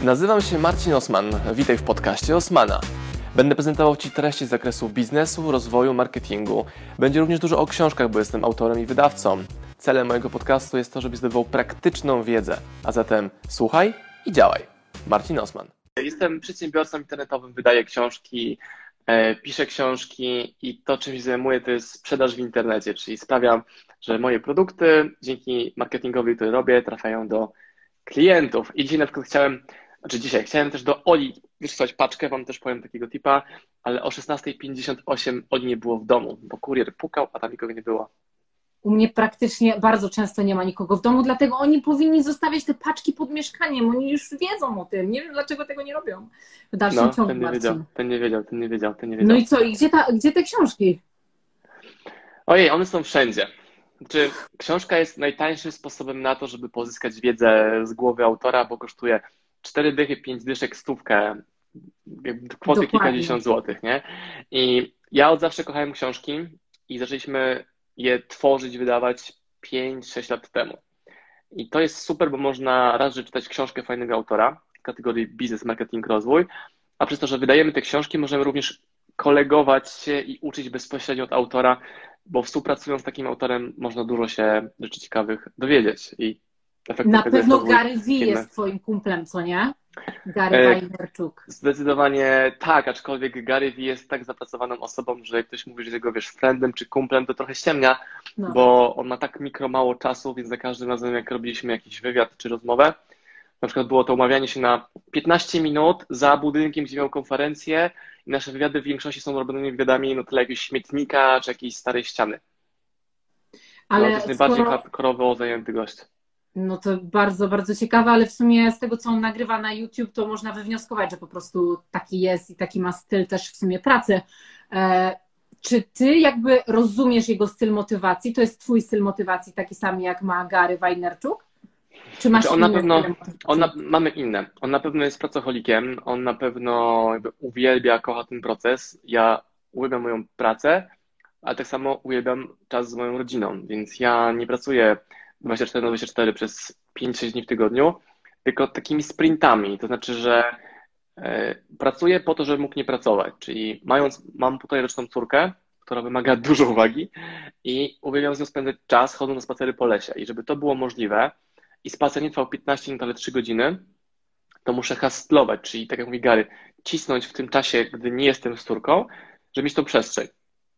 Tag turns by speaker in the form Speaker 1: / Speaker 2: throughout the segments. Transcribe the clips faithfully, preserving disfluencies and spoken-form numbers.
Speaker 1: Nazywam się Marcin Osman. Witaj w podcaście Osmana. Będę prezentował Ci treści z zakresu biznesu, rozwoju, marketingu. Będzie również dużo o książkach, bo jestem autorem i wydawcą. Celem mojego podcastu jest to, żebyś zdobywał praktyczną wiedzę. A zatem słuchaj i działaj. Marcin Osman. Jestem przedsiębiorcą internetowym, wydaję książki, e, piszę książki i to, czym się zajmuję, to jest sprzedaż w internecie, czyli sprawiam, że moje produkty dzięki marketingowi, który robię, trafiają do klientów. I dzisiaj na przykład chciałem, znaczy dzisiaj chciałem też do Oli wysłać paczkę, wam też powiem takiego tipa, ale o szesnasta pięćdziesiąt osiem Oli nie było w domu, bo kurier pukał, a tam nikogo nie było.
Speaker 2: U mnie praktycznie bardzo często nie ma nikogo w domu, dlatego oni powinni zostawiać te paczki pod mieszkaniem. Oni już wiedzą o tym. Nie wiem, dlaczego tego nie robią w dalszym
Speaker 1: No,
Speaker 2: ciągu,
Speaker 1: ten nie
Speaker 2: Marcin.
Speaker 1: wiedział, ten nie wiedział, ten nie wiedział, ten nie wiedział.
Speaker 2: No i co? I gdzie, ta, gdzie te książki?
Speaker 1: Ojej, one są wszędzie. Znaczy, książka jest najtańszym sposobem na to, żeby pozyskać wiedzę z głowy autora, bo kosztuje cztery dychy, pięć dyszek, stówkę, kwoty
Speaker 2: Dokładnie.
Speaker 1: kilkadziesiąt złotych, nie? I ja od zawsze kochałem książki i zaczęliśmy je tworzyć, wydawać pięć sześć lat temu. I to jest super, bo można raz, że czytać książkę fajnego autora w kategorii biznes, marketing, rozwój, a przez to, że wydajemy te książki, możemy również kolegować się i uczyć bezpośrednio od autora, bo współpracując z takim autorem można dużo się rzeczy ciekawych dowiedzieć. I efekt
Speaker 2: Na
Speaker 1: tego jest
Speaker 2: pewno
Speaker 1: rozwój
Speaker 2: Gary Vee
Speaker 1: firmy.
Speaker 2: jest twoim kumplem, co nie? Gary
Speaker 1: E,
Speaker 2: Vaynerchuk.
Speaker 1: Zdecydowanie tak, aczkolwiek Gary Vee jest tak zapracowaną osobą, że jak ktoś mówi, że jest jego, wiesz, friendem czy kumplem, to trochę ściemnia,
Speaker 2: No.
Speaker 1: bo on ma tak mikro mało czasu, więc za każdym razem, jak robiliśmy jakiś wywiad czy rozmowę, na przykład było to umawianie się na piętnaście minut za budynkiem, gdzie miał konferencję i nasze wywiady w większości są robionymi wywiadami na tle jakiegoś śmietnika czy jakiejś starej ściany.
Speaker 2: Ale
Speaker 1: No, to jest najbardziej
Speaker 2: skoro...
Speaker 1: hardkorowo zajęty gość.
Speaker 2: No to bardzo, bardzo ciekawe, ale w sumie z tego, co on nagrywa na YouTube, to można wywnioskować, że po prostu taki jest i taki ma styl też w sumie pracy. E, czy ty jakby rozumiesz jego styl motywacji? To jest twój styl motywacji, taki sam jak ma Gary Vaynerchuk? Czy masz
Speaker 1: Znaczy on na
Speaker 2: inne
Speaker 1: pewno,
Speaker 2: style motywacji?
Speaker 1: on na, mamy inne. On na pewno jest pracocholikiem, on na pewno jakby uwielbia, kocha ten proces. Ja uwielbiam moją pracę, ale tak samo uwielbiam czas z moją rodziną, więc ja nie pracuję dwadzieścia cztery na dwadzieścia cztery przez pięć sześć dni w tygodniu, tylko takimi sprintami, to znaczy, że e, pracuję po to, żeby mógł nie pracować, czyli mając, mam półtorej roczną córkę, która wymaga dużo uwagi i uwielbiam z nią spędzać czas, chodząc na spacery po lesie i żeby to było możliwe i spacer nie trwał piętnaście minut, ale trzy godziny, to muszę hustlować, czyli tak jak mówi Gary, cisnąć w tym czasie, gdy nie jestem z córką, żeby mieć tą przestrzeń.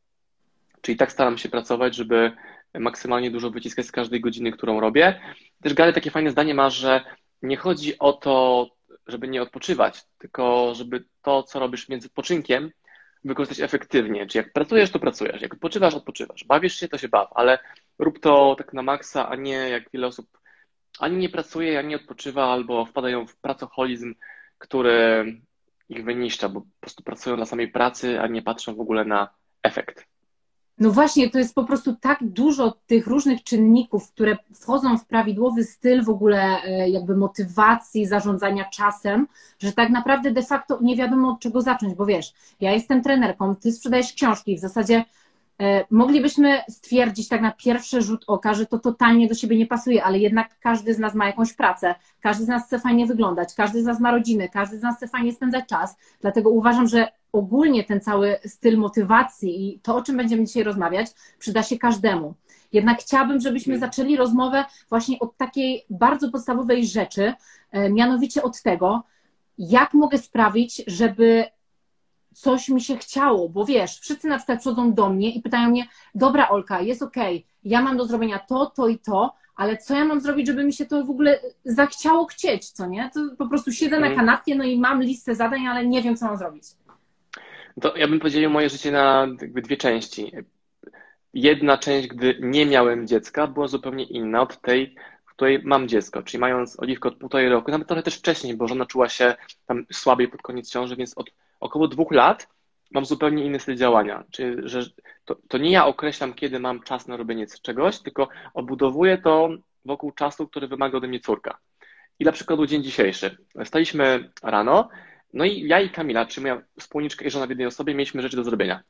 Speaker 1: Czyli tak staram się pracować, żeby maksymalnie dużo wyciskać z każdej godziny, którą robię. Też Gary takie fajne zdanie ma, że nie chodzi o to, żeby nie odpoczywać, tylko żeby to, co robisz między odpoczynkiem, wykorzystać efektywnie. Czyli jak pracujesz, to pracujesz. Jak odpoczywasz, odpoczywasz. Bawisz się, to się baw, ale rób to tak na maksa, a nie jak wiele osób ani nie pracuje, ani nie odpoczywa, albo wpadają w pracoholizm, który ich wyniszcza, bo po prostu pracują dla samej pracy, a nie patrzą w ogóle na efekt.
Speaker 2: No właśnie, to jest po prostu tak dużo tych różnych czynników, które wchodzą w prawidłowy styl w ogóle e, jakby motywacji, zarządzania czasem, że tak naprawdę de facto nie wiadomo od czego zacząć, bo wiesz, ja jestem trenerką, ty sprzedajesz książki, w zasadzie e, moglibyśmy stwierdzić tak na pierwszy rzut oka, że to totalnie do siebie nie pasuje, ale jednak każdy z nas ma jakąś pracę, każdy z nas chce fajnie wyglądać, każdy z nas ma rodzinę, każdy z nas chce fajnie spędzać czas, dlatego uważam, że ogólnie ten cały styl motywacji i to, o czym będziemy dzisiaj rozmawiać, przyda się każdemu. Jednak chciałabym, żebyśmy zaczęli rozmowę właśnie od takiej bardzo podstawowej rzeczy, mianowicie od tego, jak mogę sprawić, żeby coś mi się chciało, bo wiesz, wszyscy na przykład przychodzą do mnie i pytają mnie, dobra Olka, jest okej, ja mam do zrobienia to, to i to, ale co ja mam zrobić, żeby mi się to w ogóle zachciało chcieć, co nie? To po prostu siedzę na kanapie, no i mam listę zadań, ale nie wiem, co mam zrobić.
Speaker 1: To ja bym podzielił moje życie na jakby dwie części. Jedna część, gdy nie miałem dziecka, była zupełnie inna od tej, w której mam dziecko, czyli mając Oliwkę od półtorej roku, nawet trochę też wcześniej, bo żona czuła się tam słabiej pod koniec ciąży, więc od około dwóch lat mam zupełnie inny styl działania. Czyli że to, to nie ja określam, kiedy mam czas na robienie czegoś, tylko odbudowuję to wokół czasu, który wymaga ode mnie córka. I dla przykładu dzień dzisiejszy. Wstaliśmy rano, no i ja i Kamila, czyli moja wspólniczka i żona w jednej osobie, mieliśmy rzeczy do zrobienia.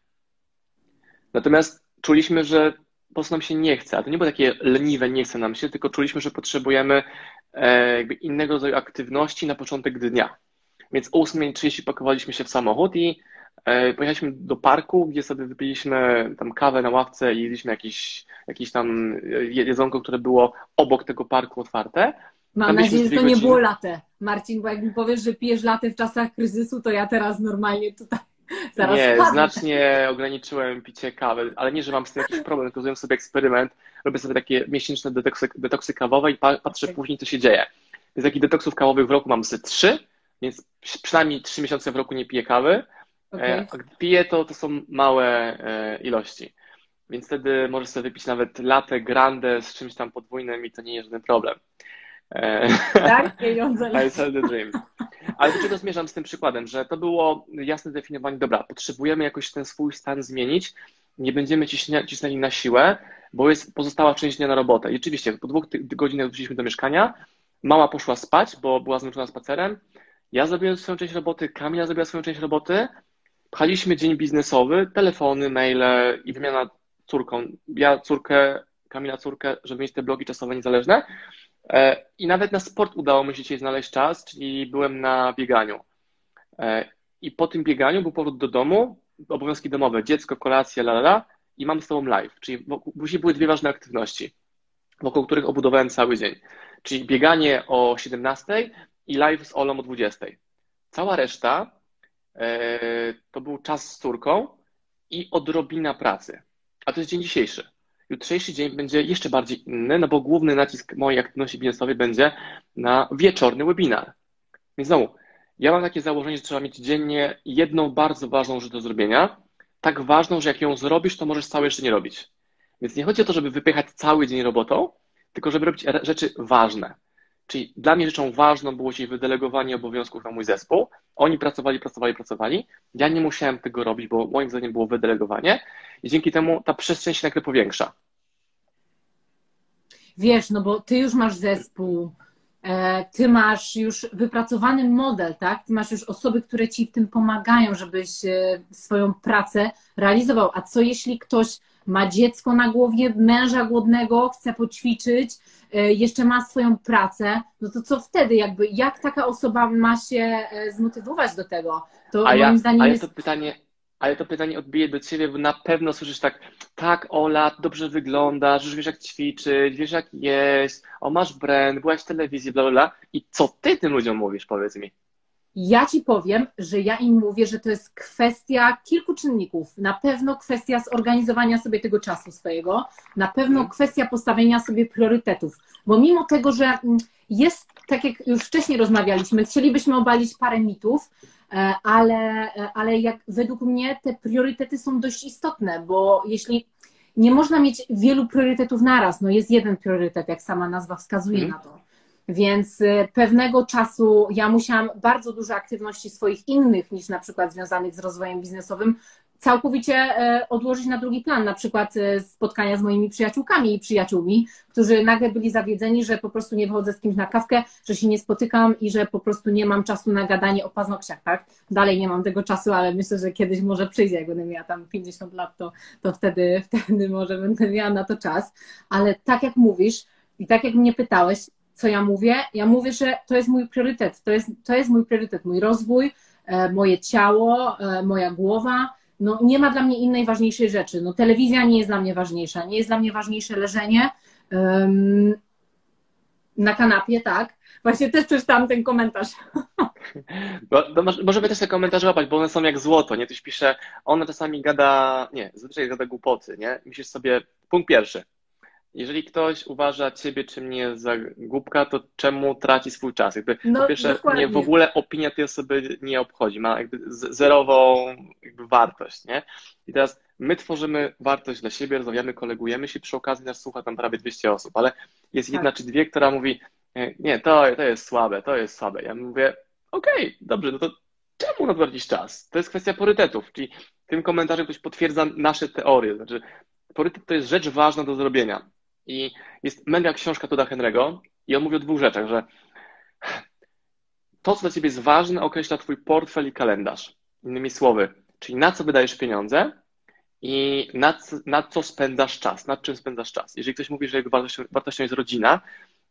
Speaker 1: Natomiast czuliśmy, że po prostu nam się nie chce, a to nie było takie leniwe, nie chce nam się, tylko czuliśmy, że potrzebujemy e, jakby innego rodzaju aktywności na początek dnia. Więc o ósmej trzydzieści pakowaliśmy się w samochód i e, pojechaliśmy do parku, gdzie sobie wypiliśmy tam kawę na ławce i jedliśmy jakieś, jakieś tam jedzonko, które było obok tego parku otwarte.
Speaker 2: Mam
Speaker 1: Tam byliśmy
Speaker 2: nadzieję, że
Speaker 1: dwie
Speaker 2: to nie
Speaker 1: godziny.
Speaker 2: było latte, Marcin, bo jak mi powiesz, że pijesz latte w czasach kryzysu, to ja teraz normalnie tutaj zaraz
Speaker 1: Nie,
Speaker 2: padnę.
Speaker 1: znacznie ograniczyłem picie kawy, ale nie, że mam z tym jakiś problem, tylko zrobiłem sobie eksperyment, robię sobie takie miesięczne detoksy, detoksy kawowe i pa, patrzę
Speaker 2: Tak.
Speaker 1: później, co się dzieje. Więc takich detoksów kawowych w roku mam ze trzy, więc przynajmniej trzy miesiące w roku nie piję kawy.
Speaker 2: Okay.
Speaker 1: A gdy piję, to, to są małe e, ilości. Więc wtedy możesz sobie wypić nawet latte grande z czymś tam podwójnym i to nie jest żaden problem. E,
Speaker 2: Tak, pieniądze.
Speaker 1: I sell the dream. Ale do czego zmierzam z tym przykładem, że to było jasne definiowanie, dobra, potrzebujemy jakoś ten swój stan zmienić, nie będziemy ciśnia, cisnęli na siłę, bo jest pozostała część dnia na robotę. I oczywiście po dwóch ty- godzinach wróciliśmy do mieszkania, mama poszła spać, bo była zmęczona spacerem, ja zrobiłem swoją część roboty, Kamila zrobiła swoją część roboty, pchaliśmy dzień biznesowy, telefony, maile i wymiana córką. Ja córkę, Kamila córkę, żeby mieć te bloki czasowe niezależne. I nawet na sport udało mi się dzisiaj znaleźć czas, czyli byłem na bieganiu. I po tym bieganiu był powrót do domu, obowiązki domowe, dziecko, kolacja, la, la, la, i mam z tobą live. Czyli później były dwie ważne aktywności, wokół których obudowałem cały dzień. Czyli bieganie o siedemnastej i live z Olą o dwudziestej. Cała reszta e, to był czas z córką i odrobina pracy. A to jest dzień dzisiejszy. Jutrzejszy dzień będzie jeszcze bardziej inny, no bo główny nacisk mojej aktywności biznesowej będzie na wieczorny webinar. Więc znowu, ja mam takie założenie, że trzeba mieć dziennie jedną bardzo ważną rzecz do zrobienia, tak ważną, że jak ją zrobisz, to możesz całe jeszcze nie robić. Więc nie chodzi o to, żeby wypychać cały dzień robotą, tylko żeby robić rzeczy ważne. Czyli dla mnie rzeczą ważną było dzisiaj wydelegowanie obowiązków na mój zespół. Oni pracowali, pracowali, pracowali. Ja nie musiałem tego robić, bo moim zdaniem było wydelegowanie i dzięki temu ta przestrzeń się nagle powiększa.
Speaker 2: Wiesz, no bo ty już masz zespół, ty masz już wypracowany model, tak? Ty masz już osoby, które ci w tym pomagają, żebyś swoją pracę realizował. A co jeśli ktoś ma dziecko na głowie, męża głodnego, chce poćwiczyć, jeszcze ma swoją pracę, no to co wtedy? Jakby, jak taka osoba ma się zmotywować do tego? To
Speaker 1: a ja,
Speaker 2: moim zdaniem
Speaker 1: a ja
Speaker 2: jest...
Speaker 1: to pytanie, ale to pytanie odbije do ciebie, bo na pewno słyszysz tak, tak Ola, dobrze wyglądasz, już wiesz jak ćwiczyć, wiesz jak jeść, o masz brand, byłaś w telewizji, bla, bla, bla. I co ty tym ludziom mówisz, powiedz mi?
Speaker 2: Ja ci powiem, że ja im mówię, że to jest kwestia kilku czynników. Na pewno kwestia zorganizowania sobie tego czasu swojego, na pewno hmm. kwestia postawienia sobie priorytetów, bo mimo tego, że jest, tak jak już wcześniej rozmawialiśmy, chcielibyśmy obalić parę mitów, ale, ale jak według mnie te priorytety są dość istotne, bo jeśli nie można mieć wielu priorytetów naraz, no jest jeden priorytet, jak sama nazwa wskazuje hmm. na to. Więc pewnego czasu ja musiałam bardzo dużo aktywności swoich innych niż na przykład związanych z rozwojem biznesowym całkowicie odłożyć na drugi plan, na przykład spotkania z moimi przyjaciółkami i przyjaciółmi, którzy nagle byli zawiedzeni, że po prostu nie wychodzę z kimś na kawkę, że się nie spotykam i że po prostu nie mam czasu na gadanie o paznokciach, tak? Dalej nie mam tego czasu, ale myślę, że kiedyś może przyjdzie, jak będę miała tam pięćdziesiąt lat, to, to wtedy, wtedy może będę miała na to czas, ale tak jak mówisz i tak jak mnie pytałeś, co ja mówię? Ja mówię, że to jest mój priorytet, to jest, to jest mój priorytet, mój rozwój, moje ciało, moja głowa. No, nie ma dla mnie innej ważniejszej rzeczy. No, telewizja nie jest dla mnie ważniejsza, nie jest dla mnie ważniejsze leżenie um, na kanapie, tak? Właśnie też przeczytałam ten komentarz.
Speaker 1: Bo, no, możemy też te komentarze łapać, bo one są jak złoto, nie? Ktoś pisze, ona czasami gada, nie, zazwyczaj gada głupoty, nie? Myślisz sobie, punkt pierwszy. Jeżeli ktoś uważa ciebie czy mnie za głupka, to czemu traci swój czas? Jakby,
Speaker 2: no,
Speaker 1: po pierwsze,
Speaker 2: dokładnie.
Speaker 1: mnie w ogóle opinia tej osoby nie obchodzi, ma jakby zerową jakby wartość, nie? I teraz my tworzymy wartość dla siebie, rozmawiamy, kolegujemy się, przy okazji nas słucha tam prawie dwieście osób, ale jest jedna tak. czy dwie, która mówi, nie, to, to jest słabe, to jest słabe. Ja mówię, okej, okay, dobrze, no to czemu na to tracisz czas? To jest kwestia priorytetów, czyli tym komentarzem ktoś potwierdza nasze teorie, znaczy priorytet to jest rzecz ważna do zrobienia. I jest mega książka Todda Henry'ego i on mówi o dwóch rzeczach, że to, co dla ciebie jest ważne, określa twój portfel i kalendarz. Innymi słowy, czyli na co wydajesz pieniądze i na co, na co spędzasz czas, nad czym spędzasz czas. Jeżeli ktoś mówi, że jego wartością, wartością jest rodzina,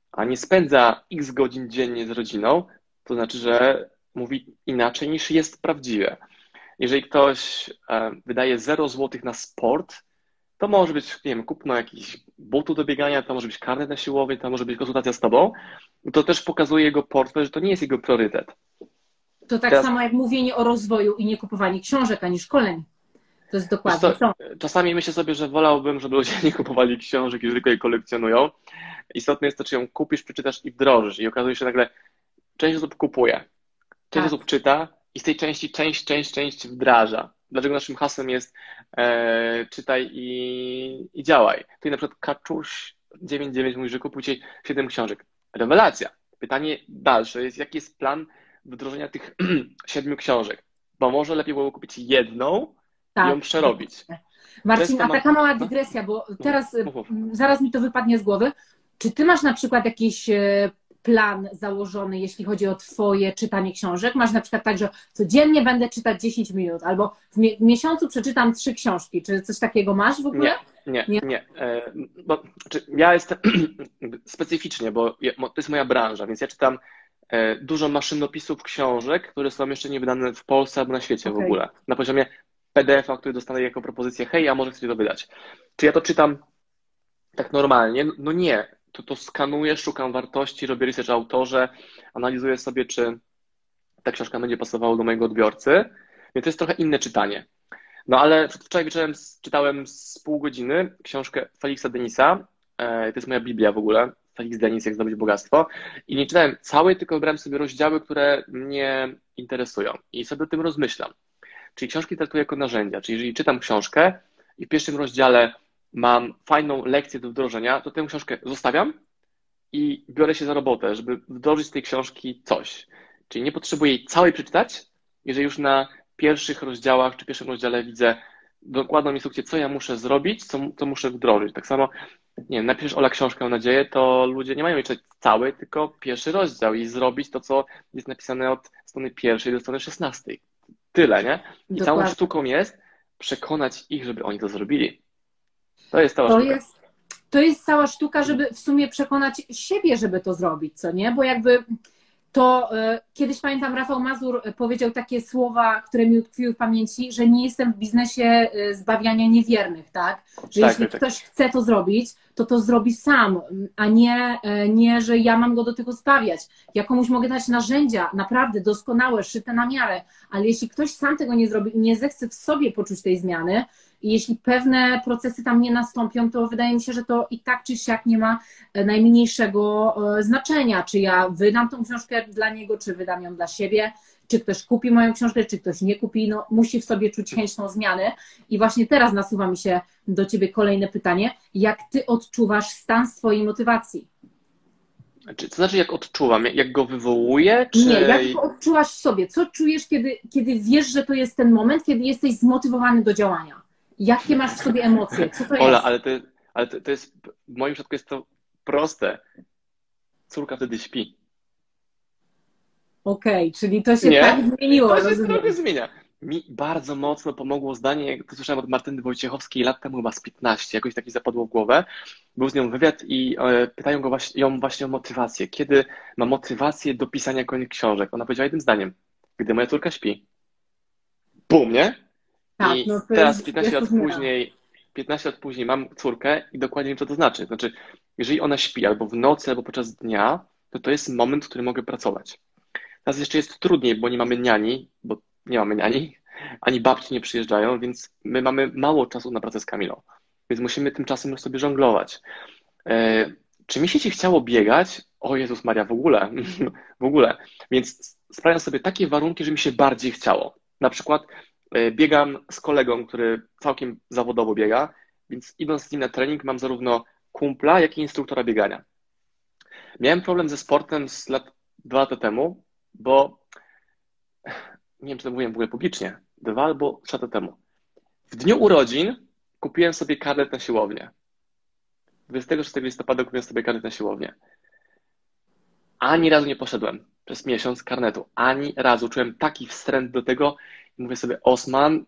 Speaker 1: a nie spędza x godzin dziennie z rodziną, to znaczy, że mówi inaczej niż jest prawdziwe. Jeżeli ktoś e, wydaje zero złotych na sport, to może być, nie wiem, kupno jakichś butów do biegania, to może być karnet na siłowni, to może być konsultacja z tobą. To też pokazuje jego portfel, że to nie jest jego priorytet.
Speaker 2: To tak
Speaker 1: Teraz,
Speaker 2: samo jak mówienie o rozwoju i nie kupowanie książek ani szkoleń. To jest dokładnie
Speaker 1: to,
Speaker 2: to.
Speaker 1: czasami myślę sobie, że wolałbym, żeby ludzie nie kupowali książek i tylko je kolekcjonują. Istotne jest to, czy ją kupisz, przeczytasz i wdrożysz. I okazuje się nagle, część osób kupuje, część
Speaker 2: Tak.
Speaker 1: osób czyta i z tej części część, część, część wdraża. Dlaczego naszym hasłem jest e, czytaj i, i działaj. Tutaj na przykład Kaczuś dziewięćdziesiąt dziewięć mówi, że kupujcie siedem książek. Rewelacja. Pytanie dalsze jest, jaki jest plan wdrożenia tych siedmiu książek? Bo może lepiej było kupić jedną
Speaker 2: Tak.
Speaker 1: i ją przerobić.
Speaker 2: Marcin,
Speaker 1: Często
Speaker 2: a
Speaker 1: mam-
Speaker 2: taka mała
Speaker 1: no.
Speaker 2: dygresja, bo teraz
Speaker 1: mów, mów.
Speaker 2: m, zaraz mi to wypadnie z głowy. Czy ty masz na przykład jakiś e, plan założony, jeśli chodzi o twoje czytanie książek? Masz na przykład tak, że codziennie będę czytać dziesięć minut, albo w, mie- w miesiącu przeczytam trzy książki. Czy coś takiego masz w ogóle?
Speaker 1: Nie, nie,
Speaker 2: Nie?
Speaker 1: nie. E, Bo, znaczy, ja jestem specyficznie, bo ja- mo- to jest moja branża, więc ja czytam e, dużo maszynopisów książek, które są jeszcze nie wydane w Polsce albo na świecie w
Speaker 2: Okej.
Speaker 1: ogóle. Na poziomie P D F a, który dostaję jako propozycję, hej, a może chcecie to wydać. Czy ja to czytam tak normalnie? No nie. To, to skanuję, szukam wartości, robię research o autorze, analizuję sobie, czy ta książka będzie pasowała do mojego odbiorcy, więc to jest trochę inne czytanie. No ale wczoraj wieczorem czytałem z pół godziny książkę Felixa Denisa. E, To jest moja Biblia w ogóle. Felix Denis, jak zdobyć bogactwo. I nie czytałem całej, tylko wybrałem sobie rozdziały, które mnie interesują. I sobie o tym rozmyślam. Czyli książki traktuję jako narzędzia. Czyli jeżeli czytam książkę i w pierwszym rozdziale mam fajną lekcję do wdrożenia, to tę książkę zostawiam i biorę się za robotę, żeby wdrożyć z tej książki coś. Czyli nie potrzebuję jej całej przeczytać, jeżeli już na pierwszych rozdziałach czy pierwszym rozdziale widzę dokładną instrukcję, co ja muszę zrobić, co, co muszę wdrożyć. Tak samo, nie wiem, napiszesz Ola książkę, mam nadzieję, to ludzie nie mają jej czytać cały, tylko pierwszy rozdział i zrobić to, co jest napisane od strony pierwszej do strony szesnastej. Tyle, nie? I całą
Speaker 2: Dokładnie.
Speaker 1: sztuką jest przekonać ich, żeby oni to zrobili. To jest cała
Speaker 2: To
Speaker 1: sztuka.
Speaker 2: jest, to jest cała sztuka, żeby w sumie przekonać siebie, żeby to zrobić, co nie? Bo jakby to e, kiedyś pamiętam, Rafał Mazur powiedział takie słowa, które mi utkwiły w pamięci, że nie jestem w biznesie e, zbawiania niewiernych, tak? Że
Speaker 1: Tak,
Speaker 2: jeśli
Speaker 1: tak, tak.
Speaker 2: ktoś chce to zrobić, to to zrobi sam, a nie, e, nie, że ja mam go do tego zbawiać. Ja komuś mogę dać narzędzia, naprawdę doskonałe, szyte na miarę, ale jeśli ktoś sam tego nie zrobi i nie zechce w sobie poczuć tej zmiany, i jeśli pewne procesy tam nie nastąpią, to wydaje mi się, że to i tak czy siak nie ma najmniejszego znaczenia, czy ja wydam tą książkę dla niego, czy wydam ją dla siebie, czy ktoś kupi moją książkę, czy ktoś nie kupi, no musi w sobie czuć chęć tą zmiany. I właśnie teraz nasuwa mi się do ciebie kolejne pytanie, jak ty odczuwasz stan swojej motywacji?
Speaker 1: Czy, to znaczy, jak odczuwam, jak, jak go wywołuję, czy...
Speaker 2: Nie, jak to odczuwasz w sobie? Co czujesz, kiedy, kiedy wiesz, że to jest ten moment, kiedy jesteś zmotywowany do działania? Jakie masz w sobie emocje? Co to
Speaker 1: Ola,
Speaker 2: jest?
Speaker 1: ale, to, ale to, to jest, w moim przypadku jest to proste. Córka wtedy śpi.
Speaker 2: Okej, czyli to się
Speaker 1: Nie?
Speaker 2: tak zmieniło,
Speaker 1: To się
Speaker 2: rozumiem.
Speaker 1: trochę zmienia. Mi bardzo mocno pomogło zdanie, jak to słyszałem od Martyny Wojciechowskiej lat temu, chyba z piętnaście, jakoś taki zapadło w głowę. Był z nią wywiad i e, pytają go właśnie, ją właśnie o motywację. Kiedy ma motywację do pisania kolejnych książek? Ona powiedziała jednym zdaniem. Gdy moja córka śpi. Bum, nie?
Speaker 2: Tak,
Speaker 1: I
Speaker 2: no to
Speaker 1: teraz
Speaker 2: jest,
Speaker 1: piętnaście
Speaker 2: jest
Speaker 1: lat
Speaker 2: to zmiana.
Speaker 1: później, piętnaście lat później mam córkę i dokładnie wiem, co to znaczy. Znaczy, jeżeli ona śpi albo w nocy, albo podczas dnia, to to jest moment, w którym mogę pracować. Teraz jeszcze jest trudniej, bo nie mamy niani, bo nie mamy niani, ani babci nie przyjeżdżają, więc my mamy mało czasu na pracę z Kamilą. Więc musimy tym czasem sobie żonglować. E, czy mi się ci chciało biegać? O Jezus Maria, w ogóle, w ogóle. Więc sprawiam sobie takie warunki, że mi się bardziej chciało. Na przykład e, biegam z kolegą, który całkiem zawodowo biega, więc idąc z nim na trening mam zarówno kumpla, jak i instruktora biegania. Miałem problem ze sportem z lat, dwa lata temu, bo nie wiem, czy to mówiłem w ogóle publicznie, dwa albo trzy lata temu. W dniu urodzin kupiłem sobie karnet na siłownię. dwudziestego szóstego listopada kupiłem sobie karnet na siłownię. Ani razu nie poszedłem przez miesiąc karnetu. Ani razu. Czułem taki wstręt do tego i mówię sobie, Osman,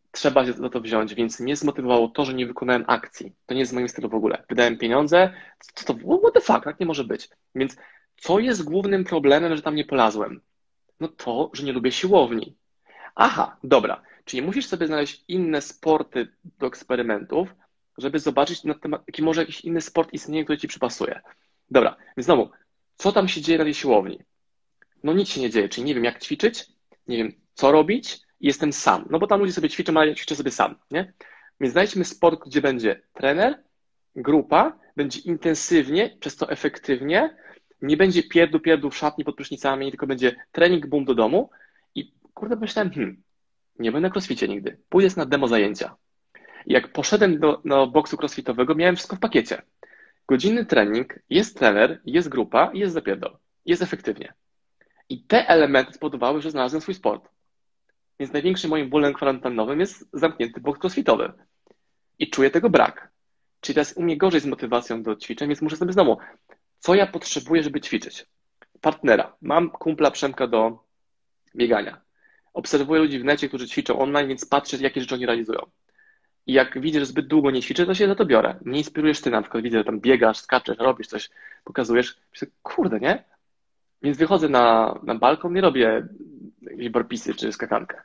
Speaker 1: trzeba się za to wziąć, więc mnie zmotywowało to, że nie wykonałem akcji. To nie jest w moim stylu w ogóle. Wydałem pieniądze, co to, what the fuck, tak nie może być. Więc co jest głównym problemem, że tam nie polazłem? No to, że nie lubię siłowni. Aha, dobra, czyli musisz sobie znaleźć inne sporty do eksperymentów, żeby zobaczyć na temat, jaki może jakiś inny sport istnieje, który ci przypasuje. Dobra, więc znowu, co tam się dzieje na tej siłowni? No nic się nie dzieje, czyli nie wiem jak ćwiczyć, nie wiem co robić i jestem sam. No bo tam ludzie sobie ćwiczą, ale ja ćwiczę sobie sam, nie? Więc znajdźmy sport, gdzie będzie trener, grupa, będzie intensywnie, przez to efektywnie, nie będzie pierdu pierdu w szatni pod prysznicami, tylko będzie trening, boom do domu i kurde myślałem, hmm, nie będę na crossficie nigdy, pójdę na demo zajęcia. I jak poszedłem do, do boksu crossfitowego, miałem wszystko w pakiecie. Godzinny trening, jest trener, jest grupa i jest zapierdol. Jest efektywnie. I te elementy spowodowały, że znalazłem swój sport. Więc największym moim bólem kwarantannowym jest zamknięty boks crossfitowy. I czuję tego brak. Czyli teraz u mnie gorzej z motywacją do ćwiczeń, więc muszę sobie znowu, co ja potrzebuję, żeby ćwiczyć? Partnera. Mam kumpla Przemka do biegania. Obserwuję ludzi w necie, którzy ćwiczą online, więc patrzę, jakie rzeczy oni realizują. I jak widzę, że zbyt długo nie ćwiczę, to się za to biorę. Mnie inspirujesz ty na przykład, widzę, że tam biegasz, skaczesz, robisz coś, pokazujesz. Myślę, kurde, nie? Więc wychodzę na, na balkon i robię jakieś burpeesy czy skakankę.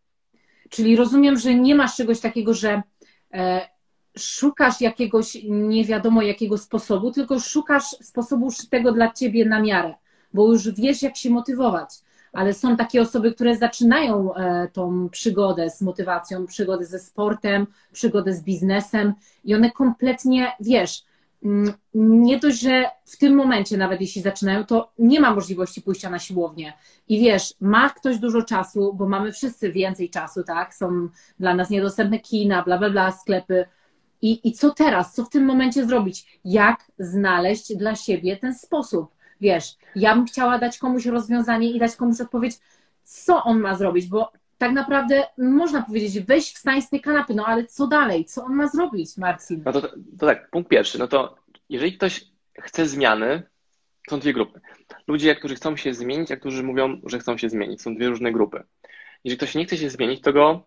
Speaker 2: Czyli rozumiem, że nie masz czegoś takiego, że e, szukasz jakiegoś nie wiadomo jakiego sposobu, tylko szukasz sposobu szytego dla ciebie na miarę, bo już wiesz, jak się motywować. Ale są takie osoby, które zaczynają e, tą przygodę z motywacją, przygodę ze sportem, przygodę z biznesem i one kompletnie, wiesz, nie dość, że w tym momencie, nawet jeśli zaczynają, to nie ma możliwości pójścia na siłownię. I wiesz, ma ktoś dużo czasu, bo mamy wszyscy więcej czasu, tak? Są dla nas niedostępne kina, bla, bla, bla, sklepy. I, i co teraz? Co w tym momencie zrobić? Jak znaleźć dla siebie ten sposób? Wiesz, ja bym chciała dać komuś rozwiązanie i dać komuś odpowiedź, co on ma zrobić, bo tak naprawdę można powiedzieć, weź wstań z tej kanapy, no ale co dalej? Co on ma zrobić, Marcin?
Speaker 1: No to, to tak, punkt pierwszy, no to jeżeli ktoś chce zmiany, są dwie grupy. Ludzie, którzy chcą się zmienić, a którzy mówią, że chcą się zmienić. Są dwie różne grupy. Jeżeli ktoś nie chce się zmienić, to go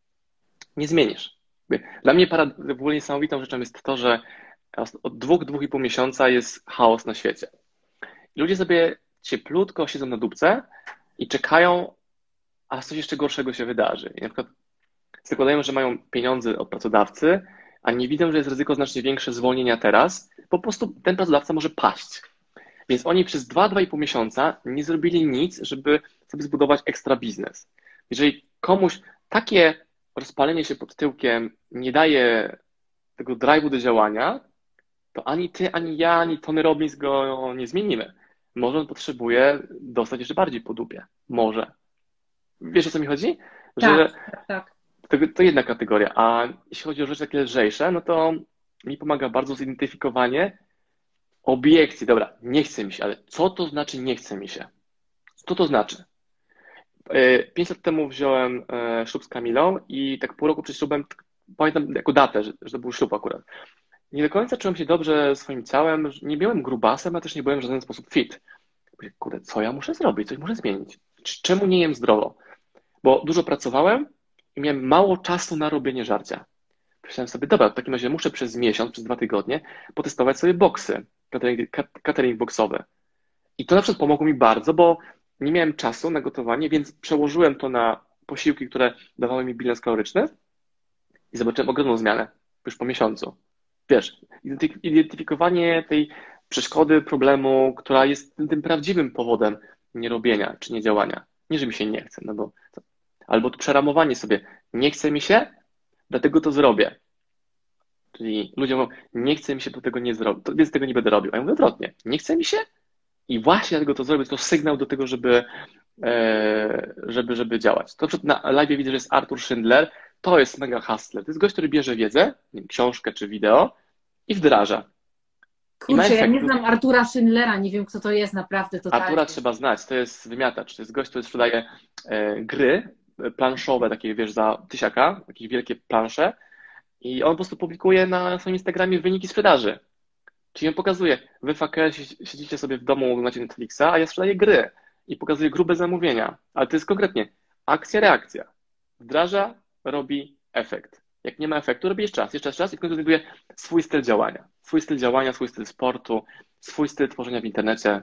Speaker 1: nie zmienisz. Dla mnie w ogóle niesamowitą rzeczą jest to, że od dwóch, dwóch i pół miesiąca jest chaos na świecie. I ludzie sobie cieplutko siedzą na dupce i czekają, aż coś jeszcze gorszego się wydarzy. I na przykład zakładają, że mają pieniądze od pracodawcy, a nie widzą, że jest ryzyko znacznie większe zwolnienia teraz, po prostu ten pracodawca może paść. Więc oni przez dwa, dwa i pół miesiąca nie zrobili nic, żeby sobie zbudować ekstra biznes. Jeżeli komuś takie rozpalenie się pod tyłkiem nie daje tego drive'u do działania, to ani ty, ani ja, ani Tony Robbins go nie zmienimy. Może on potrzebuje dostać jeszcze bardziej po dupie. Może. Wiesz, o co mi chodzi? Że
Speaker 2: tak, tak, tak.
Speaker 1: To, to jedna kategoria. A jeśli chodzi o rzeczy takie lżejsze, no to mi pomaga bardzo zidentyfikowanie obiekcji. Dobra, nie chce mi się, ale co to znaczy nie chce mi się? Co to znaczy? Pięć lat temu wziąłem ślub z Kamilą i tak pół roku przed ślubem, pamiętam jako datę, że, że to był ślub akurat. Nie do końca czułem się dobrze swoim ciałem, nie byłem grubasem, a też nie byłem w żaden sposób fit. Kurde, co ja muszę zrobić? Coś muszę zmienić. Czemu nie jem zdrowo? Bo dużo pracowałem i miałem mało czasu na robienie żarcia. Myślałem sobie, dobra, w takim razie muszę przez miesiąc, przez dwa tygodnie potestować sobie boksy, catering, catering boxowy. I to na przykład pomogło mi bardzo, bo nie miałem czasu na gotowanie, więc przełożyłem to na posiłki, które dawały mi bilans kaloryczny i zobaczyłem ogromną zmianę już po miesiącu. Wiesz, identyfikowanie tej przeszkody, problemu, która jest tym prawdziwym powodem nierobienia czy niedziałania. Nie, że mi się nie chce, no bo... Albo to przeramowanie sobie, nie chce mi się, dlatego to zrobię. Czyli ludzie mówią, nie chce mi się, bo tego nie zrobię, więc tego nie będę robił. A ja mówię odwrotnie, nie chce mi się i właśnie dlatego to zrobię, to sygnał do tego, żeby, e, żeby, żeby działać. To na live widzę, że jest Artur Schindler, to jest mega hustler. To jest gość, który bierze wiedzę, nie wiem, książkę czy wideo i wdraża.
Speaker 2: Kurczę, ja nie znam Artura Schindlera, nie wiem kto to jest naprawdę totalnie.
Speaker 1: Artura trzeba znać, to jest wymiatacz, to jest gość, który sprzedaje e, gry planszowe, takie wiesz, za tysiaka, takie wielkie plansze i on po prostu publikuje na swoim Instagramie wyniki sprzedaży. Czyli on pokazuje, wy fakerzy siedzicie sobie w domu, oglądacie Netflixa, a ja sprzedaję gry i pokazuję grube zamówienia, ale to jest konkretnie akcja, reakcja. Wdraża, robi, efekt. Jak nie ma efektu, robię jeszcze raz, jeszcze raz, raz i w końcu znajduję swój styl działania. Swój styl działania, swój styl sportu, swój styl tworzenia w internecie.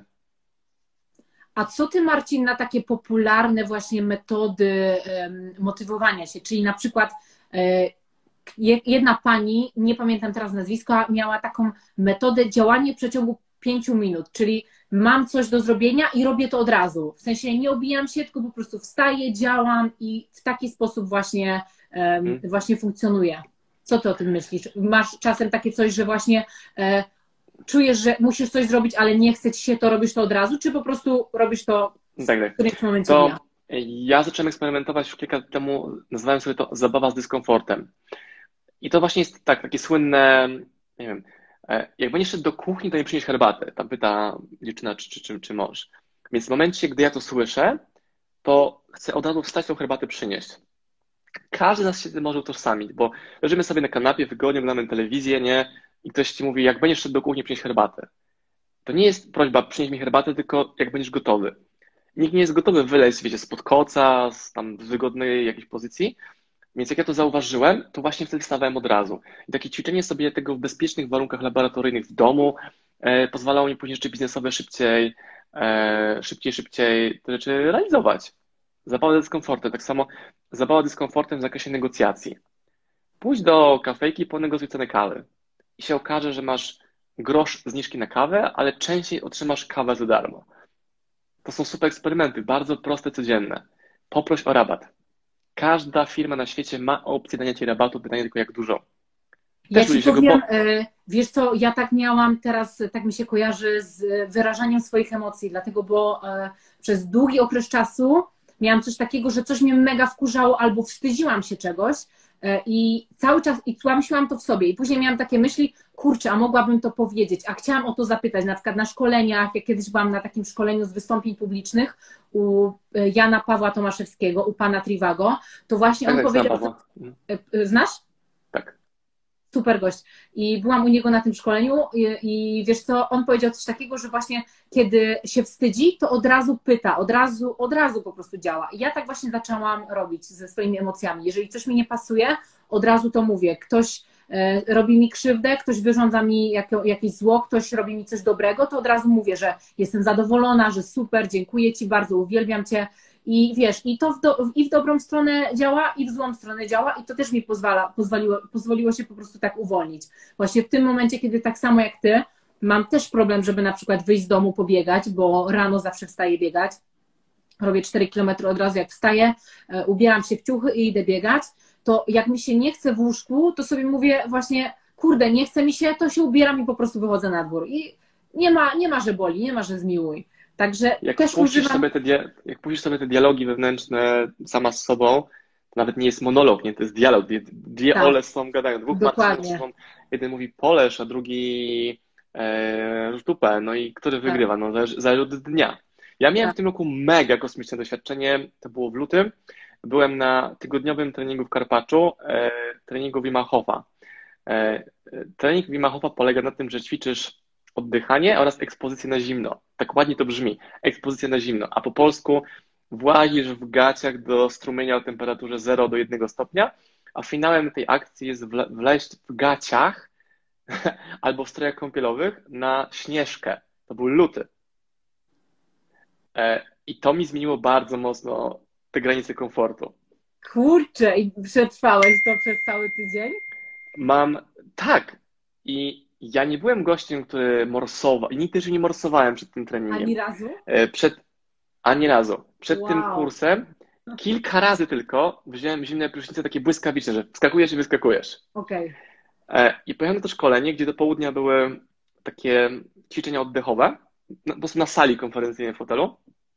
Speaker 2: A co ty, Marcin, na takie popularne właśnie metody um, motywowania się? Czyli na przykład e, jedna pani, nie pamiętam teraz nazwiska, miała taką metodę działania w przeciągu pięciu minut, czyli mam coś do zrobienia i robię to od razu. W sensie nie obijam się, tylko po prostu wstaję, działam i w taki sposób właśnie, um,
Speaker 1: Hmm.
Speaker 2: właśnie funkcjonuję. Co ty o tym myślisz? Masz czasem takie coś, że właśnie e, czujesz, że musisz coś zrobić, ale nie chce ci się, to robisz to od razu, czy po prostu robisz to w
Speaker 1: Tak, tak.
Speaker 2: którymś momencie
Speaker 1: To
Speaker 2: dnia?
Speaker 1: ja zacząłem eksperymentować już kilka lat temu, nazywałem sobie to zabawa z dyskomfortem. I to właśnie jest tak, takie słynne, nie wiem, jak będziesz szedł do kuchni, to nie przynieś herbatę. Tam pyta dziewczyna, czy, czy, czy, czy mąż. Więc w momencie, gdy ja to słyszę, to chcę od razu wstać, tą herbatę przynieść. Każdy z nas się z tym może utożsamić, bo leżymy sobie na kanapie, wygodnie oglądamy telewizję, nie? I ktoś ci mówi, jak będziesz szedł do kuchni, przynieś herbatę. To nie jest prośba, przynieś mi herbatę, tylko jak będziesz gotowy. Nikt nie jest gotowy wyleźć, wiecie, spod koca, z tam wygodnej jakiejś pozycji. Więc jak ja to zauważyłem, to właśnie wtedy wstawałem od razu. I takie ćwiczenie sobie tego w bezpiecznych warunkach laboratoryjnych w domu e, pozwalało mi później rzeczy biznesowe szybciej, e, szybciej, szybciej te rzeczy realizować. Zabawa dyskomfortem. Tak samo zabawa dyskomfortem w zakresie negocjacji. Pójdź do kafejki, ponegocjuj cenę kawy. I się okaże, że masz grosz zniżki na kawę, ale częściej otrzymasz kawę za darmo. To są super eksperymenty, bardzo proste, codzienne. Poproś o rabat. Każda firma na świecie ma opcję dania ci rabatu, pytanie tylko jak dużo.
Speaker 2: Ja
Speaker 1: Też
Speaker 2: ci
Speaker 1: ludzie
Speaker 2: powiem,
Speaker 1: go po...
Speaker 2: wiesz co, ja tak miałam teraz, tak mi się kojarzy z wyrażaniem swoich emocji, dlatego, bo przez długi okres czasu miałam coś takiego, że coś mnie mega wkurzało albo wstydziłam się czegoś i cały czas i tłamsiłam to w sobie i później miałam takie myśli, kurczę, a mogłabym to powiedzieć, a chciałam o to zapytać, na przykład na szkoleniach, jak kiedyś byłam na takim szkoleniu z wystąpień publicznych u Jana Pawła Tomaszewskiego, u pana Trivago, to właśnie
Speaker 1: tak,
Speaker 2: on
Speaker 1: tak,
Speaker 2: powiedział,
Speaker 1: znam,
Speaker 2: że... Znasz?
Speaker 1: Tak.
Speaker 2: Super gość. I byłam u niego na tym szkoleniu i, i wiesz co, on powiedział coś takiego, że właśnie kiedy się wstydzi, to od razu pyta, od razu, od razu po prostu działa. I ja tak właśnie zaczęłam robić ze swoimi emocjami. Jeżeli coś mi nie pasuje, od razu to mówię. Ktoś e, robi mi krzywdę, ktoś wyrządza mi jak, jakieś zło, ktoś robi mi coś dobrego, to od razu mówię, że jestem zadowolona, że super, dziękuję ci bardzo, uwielbiam cię. I wiesz, i to w do, i w dobrą stronę działa, i w złą stronę działa, i to też mi pozwala, pozwoliło, pozwoliło się po prostu tak uwolnić. Właśnie w tym momencie, kiedy tak samo jak ty, mam też problem, żeby na przykład wyjść z domu, pobiegać, bo rano zawsze wstaję biegać. Robię cztery kilometry od razu, jak wstaję, ubieram się w ciuchy i idę biegać. To jak mi się nie chce w łóżku, to sobie mówię właśnie, kurde, nie chce mi się, to się ubieram i po prostu wychodzę na dwór. I nie ma, nie ma, że boli, nie ma, że zmiłuj. Także
Speaker 1: jak
Speaker 2: też
Speaker 1: puścisz
Speaker 2: używam...
Speaker 1: sobie te dia... jak puścisz sobie te dialogi wewnętrzne sama z sobą, to nawet nie jest monolog, nie, to jest dialog. Dwie, dwie
Speaker 2: Tak,
Speaker 1: ole są gadają, dwóch
Speaker 2: dokładnie.
Speaker 1: Marcinów, jeden mówi polesz, a drugi e, dupę, no i który
Speaker 2: Tak.
Speaker 1: wygrywa? No zależy, zależy od dnia. Ja miałem
Speaker 2: Tak.
Speaker 1: w tym roku mega kosmiczne doświadczenie, to było w lutym, byłem na tygodniowym treningu w Karpaczu, e, treningu Wima Hofa. E, trening Wima Hofa polega na tym, że ćwiczysz oddychanie oraz ekspozycję na zimno. Tak ładnie to brzmi. Ekspozycja na zimno. A po polsku włazisz w gaciach do strumienia o temperaturze zero do jednego stopnia, a finałem tej akcji jest wleźć w gaciach albo w strojach kąpielowych na Śnieżkę. To był luty. I to mi zmieniło bardzo mocno te granice komfortu.
Speaker 2: Kurczę, i przetrwałeś to przez cały tydzień?
Speaker 1: Mam, tak. I ja nie byłem gościem, który morsował. I nigdy też nie morsowałem przed tym treningiem.
Speaker 2: Ani razu?
Speaker 1: Przed, ani razu. Przed
Speaker 2: Wow.
Speaker 1: tym kursem kilka razy tylko wziąłem zimne prysznice takie błyskawiczne, że wskakujesz i wyskakujesz.
Speaker 2: Okej.
Speaker 1: Okay. I pojechałem na to szkolenie, gdzie do południa były takie ćwiczenia oddechowe, po prostu na sali konferencyjnej w hotelu.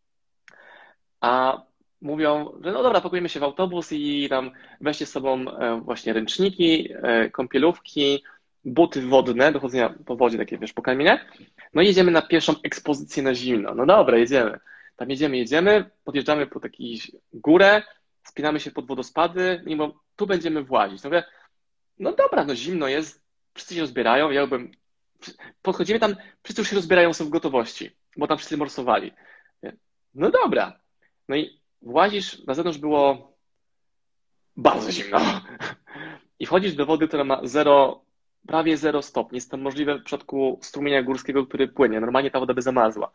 Speaker 1: A mówią, że no dobra, pakujemy się w autobus i tam weźcie z sobą właśnie ręczniki, kąpielówki, buty wodne do chodzenia po wodzie, takie wiesz, po kamieniach. No i jedziemy na pierwszą ekspozycję na zimno. No dobra, jedziemy. Tam jedziemy, jedziemy, podjeżdżamy pod jakąś górę, spinamy się pod wodospady i mówią, tu będziemy włazić. No mówię, no dobra, no zimno jest, wszyscy się rozbierają, ja bym... Podchodzimy tam, wszyscy już się rozbierają, są w gotowości, bo tam wszyscy morsowali. No dobra. No i włazisz, na zewnątrz było bardzo zimno. i wchodzisz do wody, która ma zero, prawie zero stopni. Jest to możliwe w przypadku strumienia górskiego, który płynie. Normalnie ta woda by zamarzła.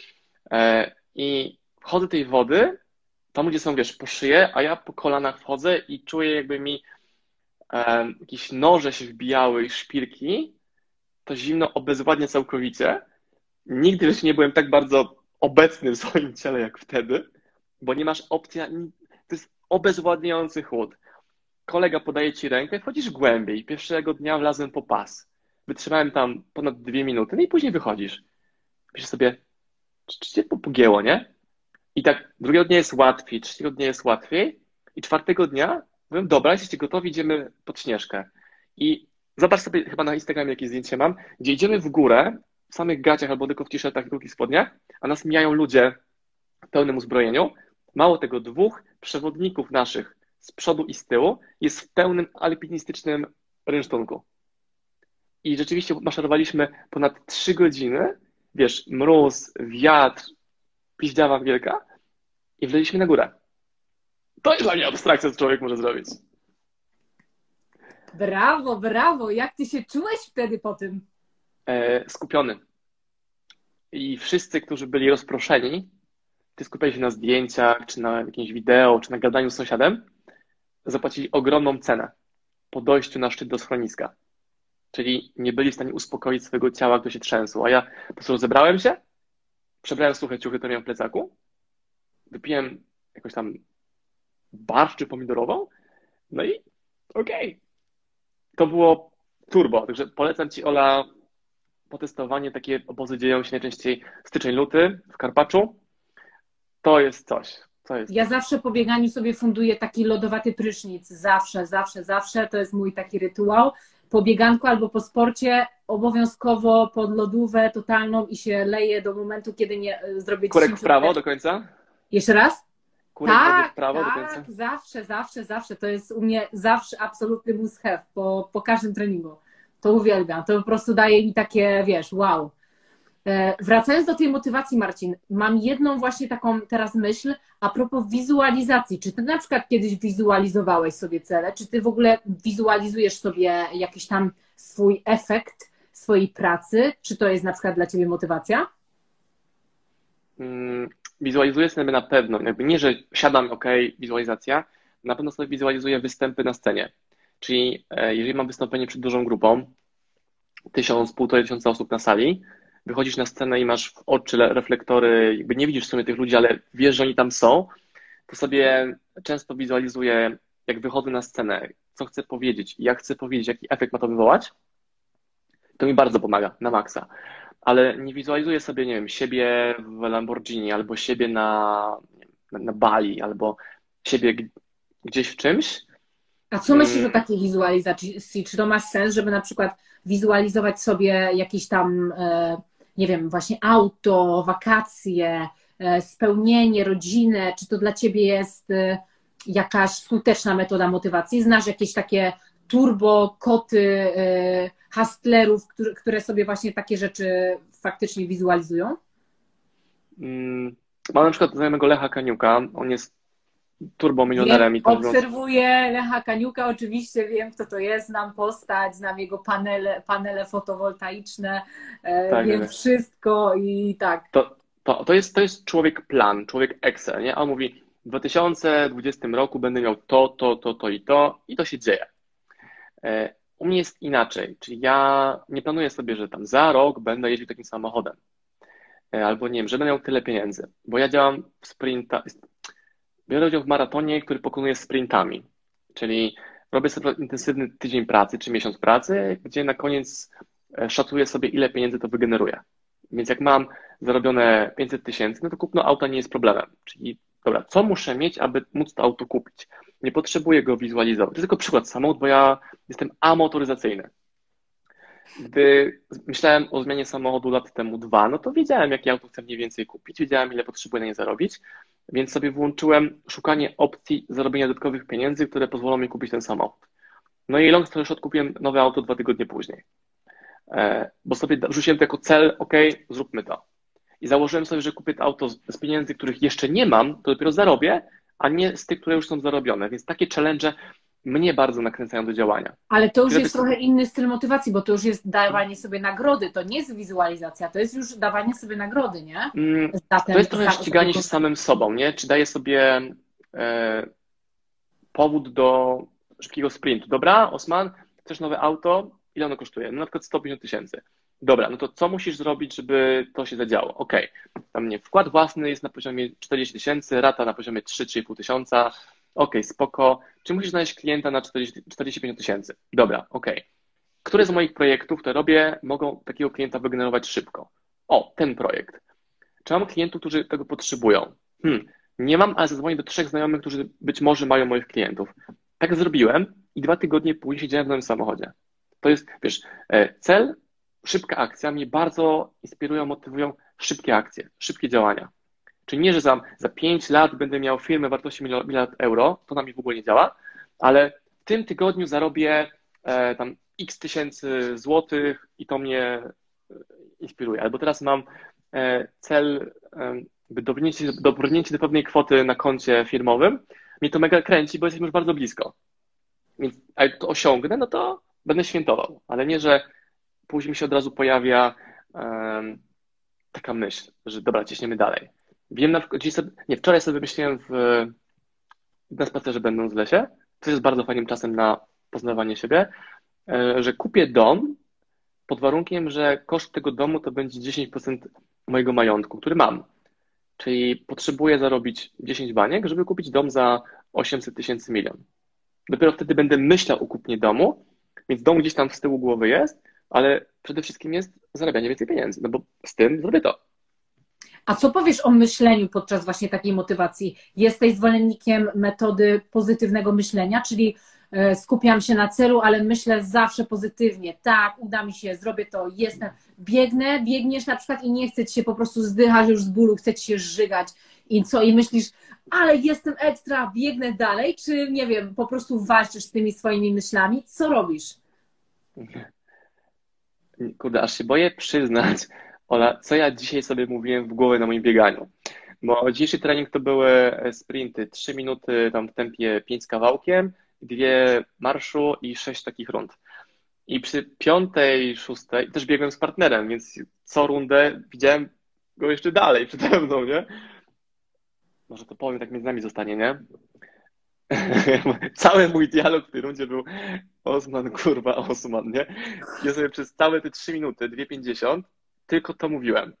Speaker 1: I wchodzę do tej wody, tam ludzie są, wiesz, po szyję, a ja po kolanach wchodzę i czuję, jakby mi e, jakieś noże się wbijały i szpilki. To zimno obezwładnia całkowicie. Nigdy jeszcze nie byłem tak bardzo obecny w swoim ciele jak wtedy, bo nie masz opcji, to jest obezwładniający chłód. Kolega podaje ci rękę, wchodzisz głębiej. Pierwszego dnia wlazłem po pas. Wytrzymałem tam ponad dwie minuty, no i później wychodzisz. Piszesz sobie, czy cię pogięło, nie? I tak drugiego dnia jest łatwiej, trzeciego dnia jest łatwiej i czwartego dnia mówię, dobra, jesteście gotowi, idziemy pod Śnieżkę. I zobacz sobie, chyba na Instagramie jakieś zdjęcie mam, gdzie idziemy w górę, w samych gaciach albo tylko w t-shirtach i krótkich spodniach, a nas mijają ludzie w pełnym uzbrojeniu. Mało tego, dwóch przewodników naszych z przodu i z tyłu jest w pełnym alpinistycznym rynsztunku. I rzeczywiście maszerowaliśmy ponad trzy godziny, wiesz, mróz, wiatr, piździawa wielka i wleźliśmy na górę. To jest dla mnie abstrakcja, co człowiek może zrobić.
Speaker 2: Brawo, brawo. Jak ty się czułeś wtedy po tym?
Speaker 1: E, skupiony. I wszyscy, którzy byli rozproszeni, ty skupiali się na zdjęciach, czy na jakimś wideo, czy na gadaniu z sąsiadem, zapłacili ogromną cenę po dojściu na szczyt do schroniska. Czyli nie byli w stanie uspokoić swojego ciała, które się trzęsło. A ja po prostu rozebrałem się, przebrałem suche ciuchy, które miałem w plecaku, wypiłem jakąś tam barszcz pomidorową, no i okej. Okay. To było turbo, także polecam Ci, Ola, potestowanie. Takie obozy dzieją się najczęściej styczeń, luty w Karpaczu. To jest coś. To jest
Speaker 2: ja zawsze po bieganiu sobie funduję taki lodowaty prysznic. Zawsze, zawsze, zawsze. To jest mój taki rytuał. Po bieganku albo po sporcie obowiązkowo pod lodówkę totalną i się leję do momentu, kiedy nie zrobię
Speaker 1: Kurek w prawo metrów. Do końca?
Speaker 2: Jeszcze raz?
Speaker 1: Kurek
Speaker 2: tak,
Speaker 1: w prawo
Speaker 2: tak,
Speaker 1: do końca?
Speaker 2: zawsze, zawsze, zawsze. To jest u mnie zawsze absolutny must have po, po każdym treningu. To uwielbiam. To po prostu daje mi takie, wiesz, wow. Wracając do tej motywacji, Marcin, mam jedną właśnie taką teraz myśl a propos wizualizacji. Czy ty na przykład kiedyś wizualizowałeś sobie cele? Czy ty w ogóle wizualizujesz sobie jakiś tam swój efekt swojej pracy? Czy to jest na przykład dla ciebie motywacja?
Speaker 1: Hmm, wizualizuję sobie na pewno. Jakby nie, że siadam, ok, wizualizacja. Na pewno sobie wizualizuję występy na scenie. Czyli jeżeli mam wystąpienie przed dużą grupą, tysiąc, półtorej tysiąca osób na sali, wychodzisz na scenę i masz w oczy reflektory, jakby nie widzisz w sumie tych ludzi, ale wiesz, że oni tam są, to sobie często wizualizuję, jak wychodzę na scenę, co chcę powiedzieć i jak chcę powiedzieć, jaki efekt ma to wywołać. To mi bardzo pomaga, na maksa. Ale nie wizualizuję sobie, nie wiem, siebie w Lamborghini, albo siebie na, na, na Bali, albo siebie gdzieś w czymś.
Speaker 2: A co myślisz o takiej wizualizacji? Czy to ma sens, żeby na przykład wizualizować sobie jakieś tam, nie wiem, właśnie auto, wakacje, spełnienie, rodzinę? Czy to dla ciebie jest jakaś skuteczna metoda motywacji? Znasz jakieś takie turbo koty hustlerów, które sobie właśnie takie rzeczy faktycznie wizualizują?
Speaker 1: Mam na przykład znajomego Lecha Kaniuka. On jest turbomilionerem.
Speaker 2: Wiem, i obserwuję Lecha Kaniuka, oczywiście wiem, kto to jest, znam postać, znam jego panele, panele fotowoltaiczne, tak, wiem wszystko i tak.
Speaker 1: To, to, to, jest, to jest człowiek plan, człowiek Excel, nie? A on mówi, w dwa tysiące dwudziestym roku będę miał to, to, to, to i to i to się dzieje. U mnie jest inaczej, czyli ja nie planuję sobie, że tam za rok będę jeździł takim samochodem, albo nie wiem, że będę miał tyle pieniędzy, bo ja działam w sprinta. Biorę udział w maratonie, który pokonuję sprintami, czyli robię sobie intensywny tydzień pracy czy miesiąc pracy, gdzie na koniec szacuję sobie, ile pieniędzy to wygeneruje. Więc jak mam zarobione pięćset tysięcy, no to kupno auta nie jest problemem. Czyli dobra, co muszę mieć, aby móc to auto kupić? Nie potrzebuję go wizualizować. To jest tylko przykład samochód, bo ja jestem amotoryzacyjny. Gdy myślałem o zmianie samochodu lat temu dwa, no to wiedziałem, jakie auto chcę mniej więcej kupić, wiedziałem, ile potrzebuję na nie zarobić, więc sobie włączyłem szukanie opcji zarobienia dodatkowych pieniędzy, które pozwolą mi kupić ten samochód. No i long story short, kupiłem nowe auto dwa tygodnie później, bo sobie wrzuciłem to jako cel, ok, zróbmy to. I założyłem sobie, że kupię to auto z pieniędzy, których jeszcze nie mam, to dopiero zarobię, a nie z tych, które już są zarobione. Więc takie challenge mnie bardzo nakręcają do działania.
Speaker 2: Ale to już
Speaker 1: Żeby...
Speaker 2: jest trochę inny styl motywacji, bo to już jest dawanie sobie nagrody, to nie jest wizualizacja, to jest już dawanie sobie nagrody, nie?
Speaker 1: Za ten, to jest trochę za, ściganie się z samym sobą, nie? Czy daję sobie e, powód do szybkiego sprintu. Dobra, Osman, chcesz nowe auto? Ile ono kosztuje? No na przykład sto pięćdziesiąt tysięcy. Dobra, no to co musisz zrobić, żeby to się zadziało? Okej, okay. Tam nie, wkład własny jest na poziomie czterdzieści tysięcy, rata na poziomie trzy do trzech i pół tysiąca. Okej, okay, spoko. Czy musisz znaleźć klienta na czterdzieści, czterdzieści pięć tysięcy? Dobra, okej. Okay. Które z moich projektów, które robię, mogą takiego klienta wygenerować szybko? O, ten projekt. Czy mam klientów, którzy tego potrzebują? Hmm, nie mam, ale zadzwonię do trzech znajomych, którzy być może mają moich klientów. Tak zrobiłem i dwa tygodnie później siedziałem w nowym samochodzie. To jest, wiesz, cel, szybka akcja. Mnie bardzo inspirują, motywują szybkie akcje, szybkie działania. Czyli nie, że za, za pięć lat będę miał firmę wartości miliard euro, to na mnie w ogóle nie działa, ale w tym tygodniu zarobię e, tam x tysięcy złotych i to mnie inspiruje. Albo teraz mam e, cel, e, by dobrnięcie, dobrnięcie do pewnej kwoty na koncie firmowym. Mnie to mega kręci, bo jesteśmy już bardzo blisko. Więc jak to osiągnę, no to będę świętował, ale nie, że później mi się od razu pojawia um, taka myśl, że dobra, ciśniemy dalej. Wiem na przykład, sobie, nie, wczoraj sobie wymyśliłem w, na spacerze będąc w lesie, to jest bardzo fajnym czasem na poznawanie siebie, że kupię dom pod warunkiem, że koszt tego domu to będzie dziesięć procent mojego majątku, który mam. Czyli potrzebuję zarobić dziesięć baniek, żeby kupić dom za osiemset tysięcy milion. Dopiero wtedy będę myślał o kupnie domu, więc dom gdzieś tam z tyłu głowy jest, ale przede wszystkim jest zarabianie więcej pieniędzy, no bo z tym zrobię to.
Speaker 2: A co powiesz o myśleniu podczas właśnie takiej motywacji? Jesteś zwolennikiem metody pozytywnego myślenia, czyli skupiam się na celu, ale myślę zawsze pozytywnie. Tak, uda mi się, zrobię to, jestem. Biegnę, biegniesz na przykład i nie chce ci się po prostu zdychać już z bólu, chce ci się żygać i co? I myślisz, ale jestem ekstra, biegnę dalej, czy nie wiem, po prostu walczysz z tymi swoimi myślami? Co robisz?
Speaker 1: Kurde, aż się boję przyznać, Ola, co ja dzisiaj sobie mówiłem w głowie na moim bieganiu. Bo dzisiejszy trening to były sprinty, trzy minuty tam w tempie pięć z kawałkiem, dwie marszu i sześć takich rund. I przy piątej, szóstej też biegłem z partnerem, więc co rundę widziałem go jeszcze dalej przede mną, nie? Może to powiem, tak między nami zostanie, nie? Cały mój dialog w tej rundzie był Osman, kurwa, Osman, nie? Ja sobie przez całe te trzy minuty, dwie pięćdziesiąt, tylko to mówiłem.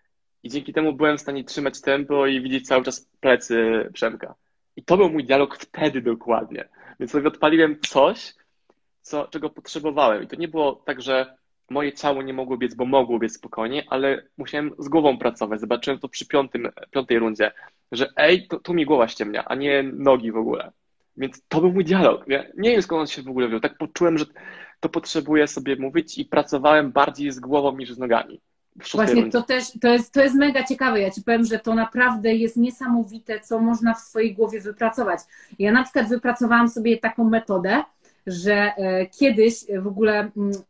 Speaker 1: I dzięki temu byłem w stanie trzymać tempo i widzieć cały czas plecy Przemka. I to był mój dialog wtedy dokładnie. Więc sobie odpaliłem coś, co, czego potrzebowałem. I to nie było tak, że moje ciało nie mogło biec, bo mogło biec spokojnie, ale musiałem z głową pracować. Zobaczyłem to przy piątym, piątej rundzie, że ej, to, tu mi głowa ściemnia, a nie nogi w ogóle. Więc to był mój dialog. Ja nie wiem, skąd on się w ogóle wziął. Tak poczułem, że to potrzebuję sobie mówić i pracowałem bardziej z głową niż z nogami.
Speaker 2: Właśnie rundzie. to też, to jest, to jest mega ciekawe. Ja ci powiem, że to naprawdę jest niesamowite, co można w swojej głowie wypracować. Ja na przykład wypracowałam sobie taką metodę, że kiedyś w ogóle,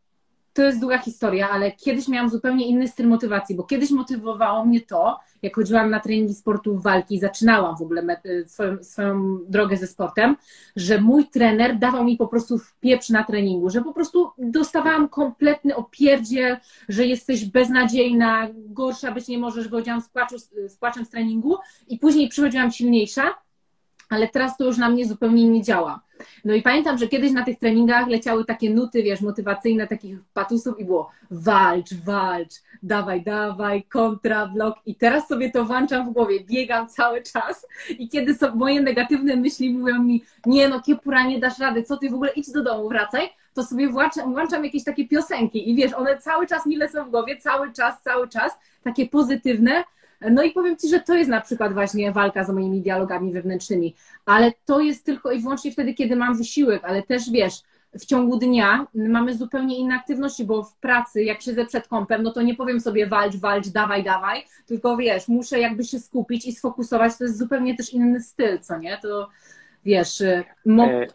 Speaker 2: to jest długa historia, ale kiedyś miałam zupełnie inny styl motywacji, bo kiedyś motywowało mnie to, jak chodziłam na treningi sportów walki, zaczynałam w ogóle swoją, swoją drogę ze sportem, że mój trener dawał mi po prostu wpieprz na treningu, że po prostu dostawałam kompletny opierdziel, że jesteś beznadziejna, gorsza być nie możesz, wychodziłam z, płaczu, z płaczem z treningu i później przychodziłam silniejsza, ale teraz to już na mnie zupełnie nie działa. No i pamiętam, że kiedyś na tych treningach leciały takie nuty, wiesz, motywacyjne takich patusów i było walcz, walcz, dawaj, dawaj, kontra, blok i teraz sobie to włączam w głowie, biegam cały czas i kiedy są moje negatywne myśli mówią mi, nie no Kiepura, nie dasz rady, co ty w ogóle, idź do domu, wracaj, to sobie włączam, włączam jakieś takie piosenki i wiesz, one cały czas mi lecą w głowie, cały czas, cały czas, takie pozytywne. No i powiem Ci, że to jest na przykład właśnie walka z moimi dialogami wewnętrznymi, ale to jest tylko i wyłącznie wtedy, kiedy mam wysiłek, ale też wiesz, w ciągu dnia mamy zupełnie inne aktywności, bo w pracy, jak siedzę przed kompem, no to nie powiem sobie walcz, walcz, dawaj, dawaj, tylko wiesz, muszę jakby się skupić i sfokusować, to jest zupełnie też inny styl, co nie? To wiesz... Mo...
Speaker 1: E,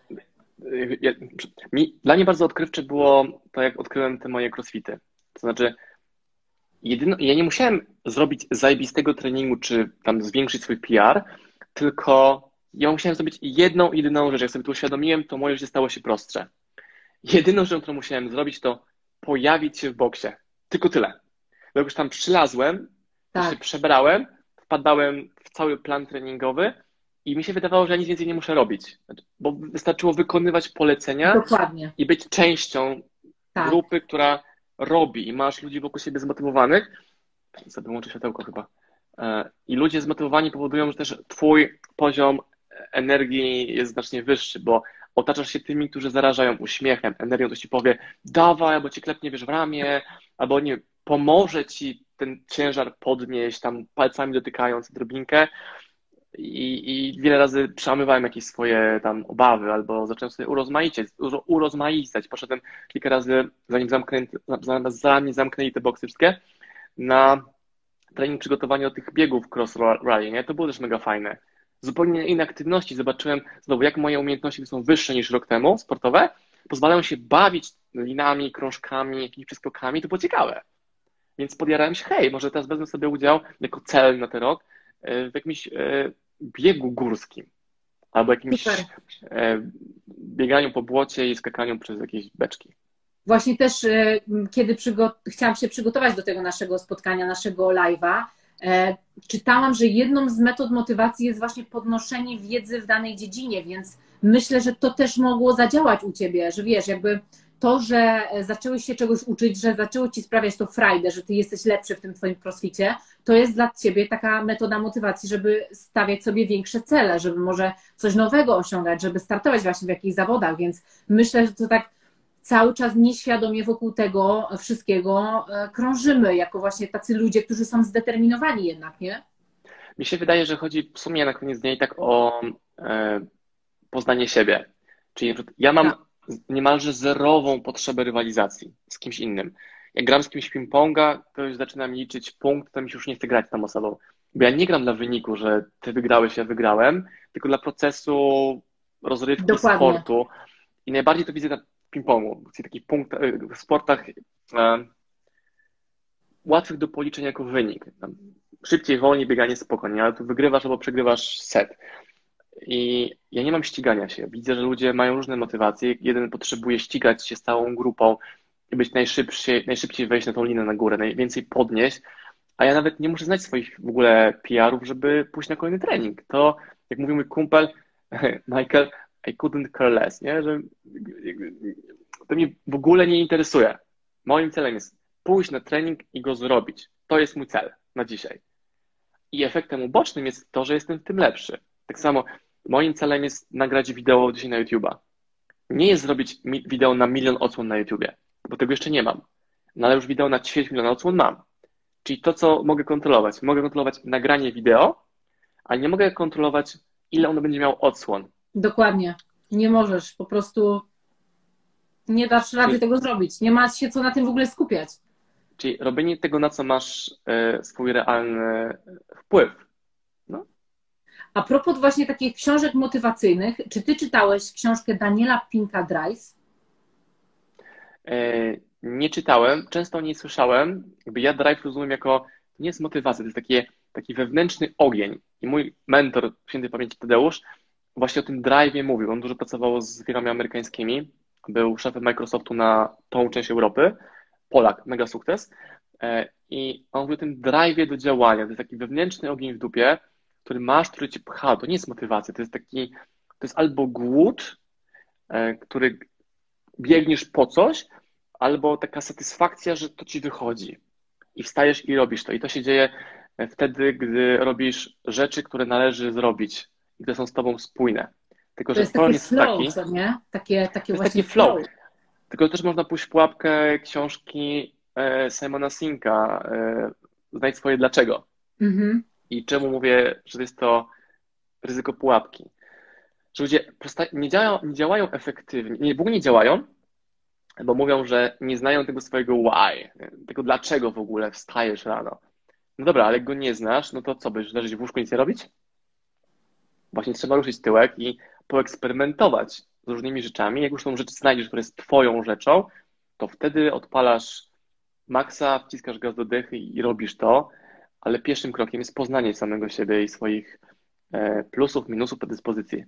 Speaker 1: ja, mi, dla mnie bardzo odkrywcze było to, jak odkryłem te moje crossfity, to znaczy Jedyno, ja nie musiałem zrobić zajebistego treningu, czy tam zwiększyć swój P R, tylko ja musiałem zrobić jedną, jedyną rzecz. Jak sobie to uświadomiłem, to moje życie stało się prostsze. Jedyną rzeczą, którą musiałem zrobić, to pojawić się w boksie. Tylko tyle. Bo jak już tam przylazłem, to się
Speaker 2: Tak,
Speaker 1: przebrałem, wpadałem w cały plan treningowy i mi się wydawało, że ja nic więcej nie muszę robić. Bo wystarczyło wykonywać polecenia
Speaker 2: dokładnie.
Speaker 1: i być częścią
Speaker 2: Tak.
Speaker 1: grupy, która robi i masz ludzi wokół siebie zmotywowanych. Sobie wyłączę światełko chyba. E, I ludzie zmotywowani powodują, że też twój poziom energii jest znacznie wyższy, bo otaczasz się tymi, którzy zarażają uśmiechem, energią, ktoś ci powie dawaj, albo ci klepnie wiesz w ramię, albo nie pomoże ci ten ciężar podnieść, tam palcami dotykając drobinkę i, i wiele razy przełamywałem jakieś swoje tam obawy, albo zacząłem sobie urozmaicić, urozmaicać. Poszedłem kilka razy, zanim zamknęli, zanim zamknęli te boksy wszystkie, na trening przygotowania do tych biegów cross rally, nie? To było też mega fajne. Zupełnie inne aktywności. Zobaczyłem znowu, jak moje umiejętności są wyższe niż rok temu, sportowe, pozwalają się bawić linami, krążkami, jakimiś przeskokami, to było ciekawe. Więc podjarałem się, hej, może teraz wezmę sobie udział jako cel na ten rok w jakimś biegu górskim albo jakimś
Speaker 2: Super.
Speaker 1: bieganiu po błocie i skakaniu przez jakieś beczki.
Speaker 2: Właśnie też, e, kiedy przygo- chciałam się przygotować do tego naszego spotkania, naszego live'a, e, czytałam, że jedną z metod motywacji jest właśnie podnoszenie wiedzy w danej dziedzinie, więc myślę, że to też mogło zadziałać u Ciebie, że wiesz, jakby to, że zaczęłeś się czegoś uczyć, że zaczęło Ci sprawiać to frajdę, że Ty jesteś lepszy w tym Twoim crossficie, to jest dla Ciebie taka metoda motywacji, żeby stawiać sobie większe cele, żeby może coś nowego osiągać, żeby startować właśnie w jakichś zawodach, więc myślę, że to tak cały czas nieświadomie wokół tego wszystkiego krążymy, jako właśnie tacy ludzie, którzy są zdeterminowani jednak, nie?
Speaker 1: Mi się wydaje, że chodzi w sumie na koniec dnia i tak o e, poznanie siebie. Czyli ja mam
Speaker 2: Tak.
Speaker 1: niemalże zerową potrzebę rywalizacji z kimś innym. Jak gram z kimś ping-ponga, to już zaczynam liczyć punkt, to mi się już nie chce grać z tą osobą. Bo ja nie gram dla wyniku, że ty wygrałeś, ja wygrałem, tylko dla procesu rozrywki,
Speaker 2: Dokładnie.
Speaker 1: sportu. I najbardziej to widzę na ping-pongu, w takich punktach, w sportach e, łatwych do policzenia jako wynik. Tam szybciej, wolniej, bieganie spokojnie, ale tu wygrywasz albo przegrywasz set. I ja nie mam ścigania się. Widzę, że ludzie mają różne motywacje. Jeden potrzebuje ścigać się z całą grupą i być najszybciej, najszybciej wejść na tą linę na górę, najwięcej podnieść, a ja nawet nie muszę znać swoich w ogóle P R ów, żeby pójść na kolejny trening. To, jak mówił mój kumpel Michael, I couldn't care less, nie? Że to mnie w ogóle nie interesuje. Moim celem jest pójść na trening i go zrobić. To jest mój cel na dzisiaj. I efektem ubocznym jest to, że jestem w tym lepszy. Tak samo moim celem jest nagrać wideo dzisiaj na YouTube'a. Nie jest zrobić wideo na milion odsłon na YouTubie, bo tego jeszcze nie mam. No ale już wideo na ćwierć miliona odsłon mam. Czyli to, co mogę kontrolować. Mogę kontrolować nagranie wideo, ale nie mogę kontrolować, ile ono będzie miało odsłon.
Speaker 2: Dokładnie. Nie możesz, po prostu nie dasz rady
Speaker 1: Czyli,
Speaker 2: tego zrobić. Nie ma się co na tym w ogóle skupiać.
Speaker 1: czyli robienie tego, na co masz e, swój realny wpływ. No.
Speaker 2: A propos właśnie takich książek motywacyjnych, czy ty czytałeś książkę Daniela Pinka Drive?
Speaker 1: E, nie czytałem, często o niej słyszałem. Jakby ja drive rozumiem jako, to nie jest motywacja, to jest takie, taki wewnętrzny ogień. I mój mentor, świętej pamięci Tadeusz, właśnie o tym drive'ie mówił. On dużo pracował z firmami amerykańskimi, był szefem Microsoftu na tą część Europy, Polak, mega sukces. I on mówił o tym drive'ie do działania. To jest taki wewnętrzny ogień w dupie, który masz, który cię pcha. To nie jest motywacja, to jest taki, to jest albo głód, który biegniesz po coś, albo taka satysfakcja, że to ci wychodzi. I wstajesz i robisz to. I to się dzieje wtedy, gdy robisz rzeczy, które należy zrobić i które są z tobą spójne. Tylko,
Speaker 2: To
Speaker 1: że
Speaker 2: jest takie
Speaker 1: problem jest
Speaker 2: flow,
Speaker 1: taki,
Speaker 2: co nie? Takie, takie
Speaker 1: to jest
Speaker 2: właśnie
Speaker 1: taki flow.
Speaker 2: flow.
Speaker 1: Tylko też można pójść w pułapkę książki Simona Sinka, Znajdź swoje dlaczego.
Speaker 2: Mhm.
Speaker 1: I czemu mówię, że jest to ryzyko pułapki? Że ludzie nie działają, nie działają efektywnie, nie, w ogóle nie działają, bo mówią, że nie znają tego swojego why, tego dlaczego w ogóle wstajesz rano. No dobra, ale jak go nie znasz, no to co, będziesz leżeć w łóżku i nic nie robić? Właśnie trzeba ruszyć tyłek i poeksperymentować z różnymi rzeczami. Jak już tą rzecz znajdziesz, która jest twoją rzeczą, to wtedy odpalasz maksa, wciskasz gaz do dechy i robisz to, ale pierwszym krokiem jest poznanie samego siebie i swoich plusów, minusów, predyspozycji.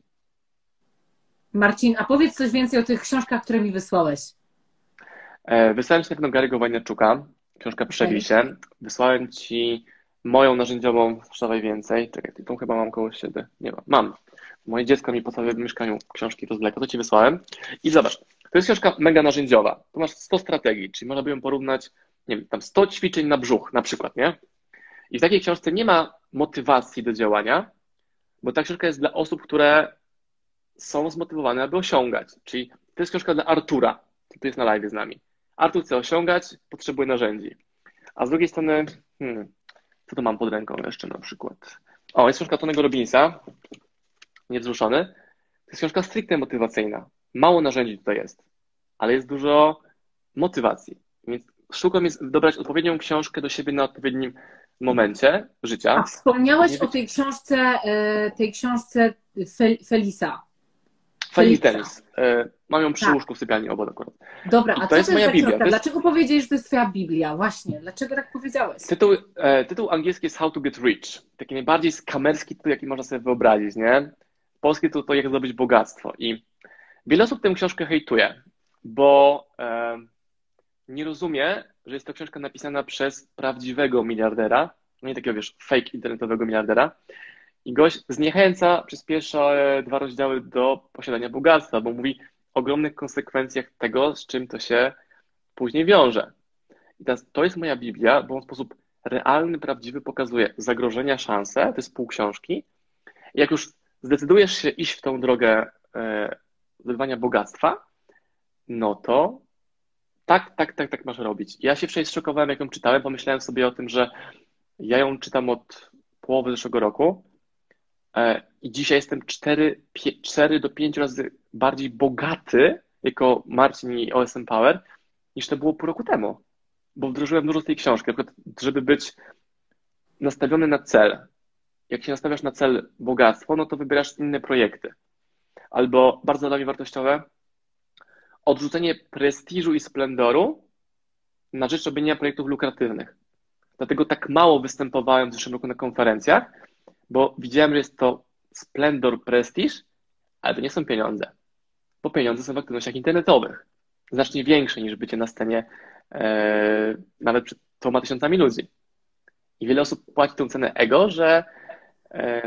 Speaker 2: Marcin, a powiedz coś więcej o tych książkach, które mi wysłałeś.
Speaker 1: Wysłałem Ci na pewno Gary'ego Vaynerchuka, książka Przebij
Speaker 2: Okay.
Speaker 1: się. Wysłałem Ci moją narzędziową Sprzedawaj Więcej. Czekaj, tą chyba mam koło siebie. Nie mam. Mam. Moje dziecko mi postawia w mieszkaniu książki rozwleka, to Ci wysłałem. I zobacz, to jest książka mega narzędziowa. Tu masz sto strategii, czyli można by ją porównać, nie wiem, tam sto ćwiczeń na brzuch na przykład, nie? I w takiej książce nie ma motywacji do działania, bo ta książka jest dla osób, które są zmotywowane, aby osiągać. Czyli to jest książka dla Artura, który jest na live z nami. Artur chce osiągać, potrzebuje narzędzi. A z drugiej strony, hmm, co tu mam pod ręką jeszcze na przykład? O, jest książka Tonego Robbinsa, Niewzruszony. To jest książka stricte motywacyjna. Mało narzędzi tutaj jest, ale jest dużo motywacji. Więc sztuką jest dobrać odpowiednią książkę do siebie na odpowiednim momencie życia.
Speaker 2: A wspomniałeś
Speaker 1: być...
Speaker 2: o tej książce, tej książce Felisa.
Speaker 1: Felis Denis. Mam ją przy tak. łóżku w sypialni obok akurat.
Speaker 2: Dobra,
Speaker 1: I
Speaker 2: a
Speaker 1: to
Speaker 2: co
Speaker 1: jest
Speaker 2: to jest
Speaker 1: moja
Speaker 2: za
Speaker 1: Biblia.
Speaker 2: książka?
Speaker 1: Jest...
Speaker 2: Dlaczego powiedziałeś, że to jest twoja Biblia? Właśnie, dlaczego tak powiedziałeś?
Speaker 1: Tytuł, tytuł angielski jest How to Get Rich. Taki najbardziej skamerski tytuł, jaki można sobie wyobrazić, nie? Polski tytuł to Jak zdobyć bogactwo. I wiele osób tę książkę hejtuje, bo e, nie rozumie, że jest to książka napisana przez prawdziwego miliardera, no nie takiego, wiesz, fake internetowego miliardera. I gość zniechęca przez pierwsze dwa rozdziały do posiadania bogactwa, bo mówi o ogromnych konsekwencjach tego, z czym to się później wiąże. I teraz to jest moja Biblia, bo on w sposób realny, prawdziwy pokazuje zagrożenia, szanse, to jest pół książki. I jak już zdecydujesz się iść w tą drogę e, zdobywania bogactwa, no to tak, tak, tak, tak masz robić. Ja się wczoraj zszokowałem, jak ją czytałem, pomyślałem sobie o tym, że ja ją czytam od połowy zeszłego roku e, i dzisiaj jestem cztery do pięciu razy bardziej bogaty jako Marcin i O S M Power, niż to było pół roku temu. Bo wdrożyłem dużo z tej książki, na przykład, żeby być nastawiony na cel. Jak się nastawiasz na cel bogactwo, no to wybierasz inne projekty. Albo bardzo dla mnie wartościowe, odrzucenie prestiżu i splendoru na rzecz robienia projektów lukratywnych. Dlatego tak mało występowałem w zeszłym roku na konferencjach, bo widziałem, że jest to splendor, prestiż, ale to nie są pieniądze. Bo pieniądze są w aktywnościach internetowych. Znacznie większe niż bycie na scenie e, nawet przed dwoma tysiącami ludzi. I wiele osób płaci tę cenę ego, że e,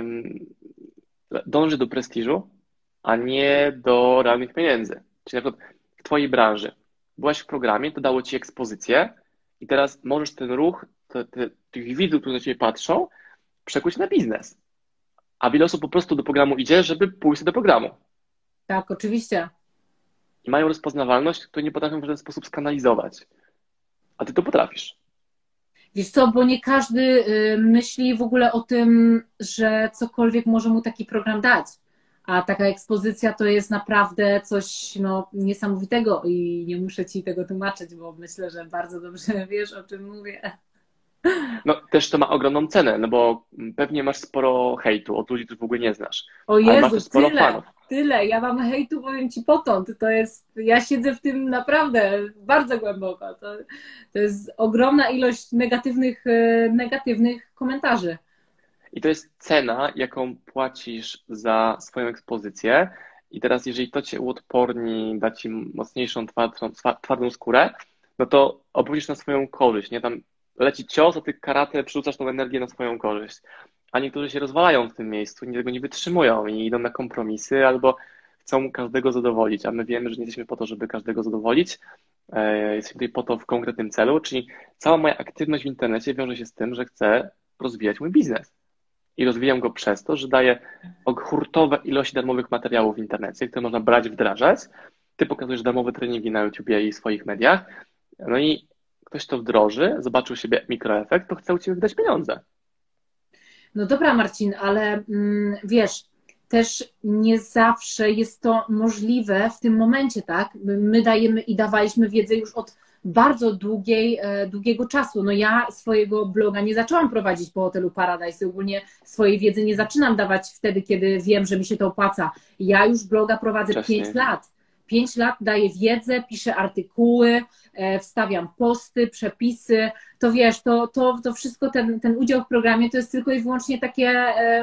Speaker 1: dąży do prestiżu, a nie do realnych pieniędzy. Czyli na przykład w twojej branży byłaś w programie, to dało ci ekspozycję i teraz możesz ten ruch te, te, tych widzów, którzy na ciebie patrzą, przekuć na biznes. A wiele osób po prostu do programu idzie, żeby pójść do programu.
Speaker 2: Tak, oczywiście.
Speaker 1: I mają rozpoznawalność, której nie potrafią w żaden sposób skanalizować. A ty to potrafisz.
Speaker 2: Wiesz co, bo nie każdy myśli w ogóle o tym, że cokolwiek może mu taki program dać. A taka ekspozycja to jest naprawdę coś no, niesamowitego i nie muszę ci tego tłumaczyć, bo myślę, że bardzo dobrze wiesz, o czym mówię.
Speaker 1: No też to ma ogromną cenę, no bo pewnie masz sporo hejtu od ludzi, których w ogóle nie znasz.
Speaker 2: O Jezu,
Speaker 1: ale masz też sporo
Speaker 2: tyle,
Speaker 1: fanów.
Speaker 2: tyle. Ja mam hejtu, powiem ci potąd. To jest, ja siedzę w tym naprawdę bardzo głęboko. To, to jest ogromna ilość negatywnych, negatywnych komentarzy.
Speaker 1: I to jest cena, jaką płacisz za swoją ekspozycję. I teraz, jeżeli to cię uodporni, da ci mocniejszą, twardą, twardą skórę, no to obrócisz na swoją korzyść, nie? Tam leci cios, a ty karate przerzucasz tą energię na swoją korzyść. A niektórzy się rozwalają w tym miejscu, tego nie wytrzymują i idą na kompromisy albo chcą każdego zadowolić, a my wiemy, że nie jesteśmy po to, żeby każdego zadowolić. Jesteśmy tutaj po to w konkretnym celu, czyli cała moja aktywność w internecie wiąże się z tym, że chcę rozwijać mój biznes. I rozwijam go przez to, że daję hurtowe ilości darmowych materiałów w internecie, które można brać, wdrażać. Ty pokazujesz darmowe treningi na YouTubie i swoich mediach. No i ktoś to wdroży, zobaczył siebie mikroefekt, to chce u ciebie wydać pieniądze.
Speaker 2: No dobra, Marcin, ale mm, wiesz, też nie zawsze jest to możliwe w tym momencie, tak? My dajemy i dawaliśmy wiedzę już od bardzo długiej, długiego czasu. No ja swojego bloga nie zaczęłam prowadzić po hotelu Paradise. Ogólnie swojej wiedzy nie zaczynam dawać wtedy, kiedy wiem, że mi się to opłaca. Ja już bloga prowadzę pięć lat. Pięć lat daję wiedzę, piszę artykuły, wstawiam posty, przepisy. To wiesz, to, to, to wszystko, ten, ten udział w programie to jest tylko i wyłącznie takie,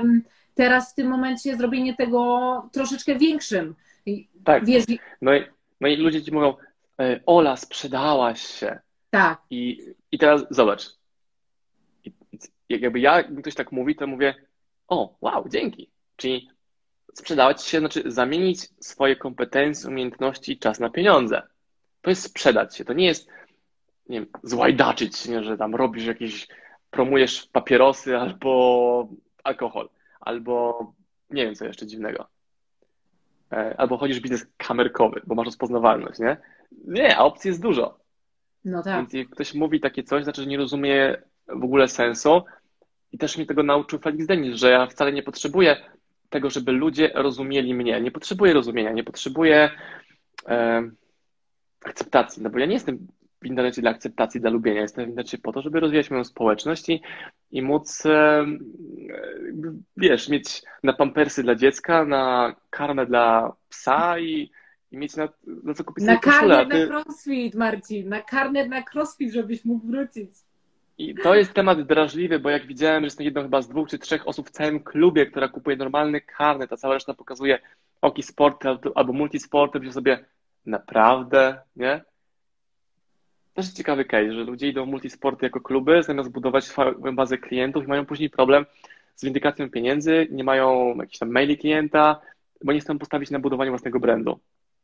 Speaker 2: teraz w tym momencie zrobienie tego troszeczkę większym.
Speaker 1: Tak.
Speaker 2: Wiesz,
Speaker 1: No i, no i ludzie ci mówią, e, Ola, sprzedałaś się.
Speaker 2: tak,
Speaker 1: I, i teraz zobacz. I, jak jakby ja, jak ktoś tak mówi, to mówię, o, wow, dzięki. Czyli sprzedać się, znaczy zamienić swoje kompetencje, umiejętności, czas na pieniądze. To jest sprzedać się. To nie jest, nie wiem, złajdaczyć, nie, że tam robisz jakieś, promujesz papierosy albo alkohol, albo nie wiem co jeszcze dziwnego. E, Albo chodzisz w biznes kamerkowy, bo masz rozpoznawalność, nie? Nie, a opcji jest dużo.
Speaker 2: no tak.
Speaker 1: Więc jak ktoś mówi takie coś, znaczy, że nie rozumie w ogóle sensu. I też mnie tego nauczył Felix Denis, że ja wcale nie potrzebuję tego, żeby ludzie rozumieli mnie. Nie potrzebuję rozumienia, nie potrzebuję e, akceptacji, no bo ja nie jestem w internecie dla akceptacji, dla lubienia. Jestem w internecie po to, żeby rozwijać moją społeczność i, i móc, e, wiesz, mieć na pampersy dla dziecka, na karmę dla psa i, i mieć na, na co kupić
Speaker 2: Na
Speaker 1: sobie koszulę. A
Speaker 2: karnet
Speaker 1: ty...
Speaker 2: na crossfit, Marcin, na karnet na crossfit, żebyś mógł wrócić.
Speaker 1: I to jest temat drażliwy, bo jak widziałem, że jestem jedną chyba z dwóch czy trzech osób w całym klubie, która kupuje normalny karnet, a cała reszta pokazuje Oki Sport albo Multisport, to myślę sobie, naprawdę, nie? Też jest ciekawy case, że ludzie idą w multisporty jako kluby, zamiast budować swoją bazę klientów i mają później problem z windykacją pieniędzy, nie mają jakichś tam maili klienta, bo nie chcą postawić na budowanie własnego brandu.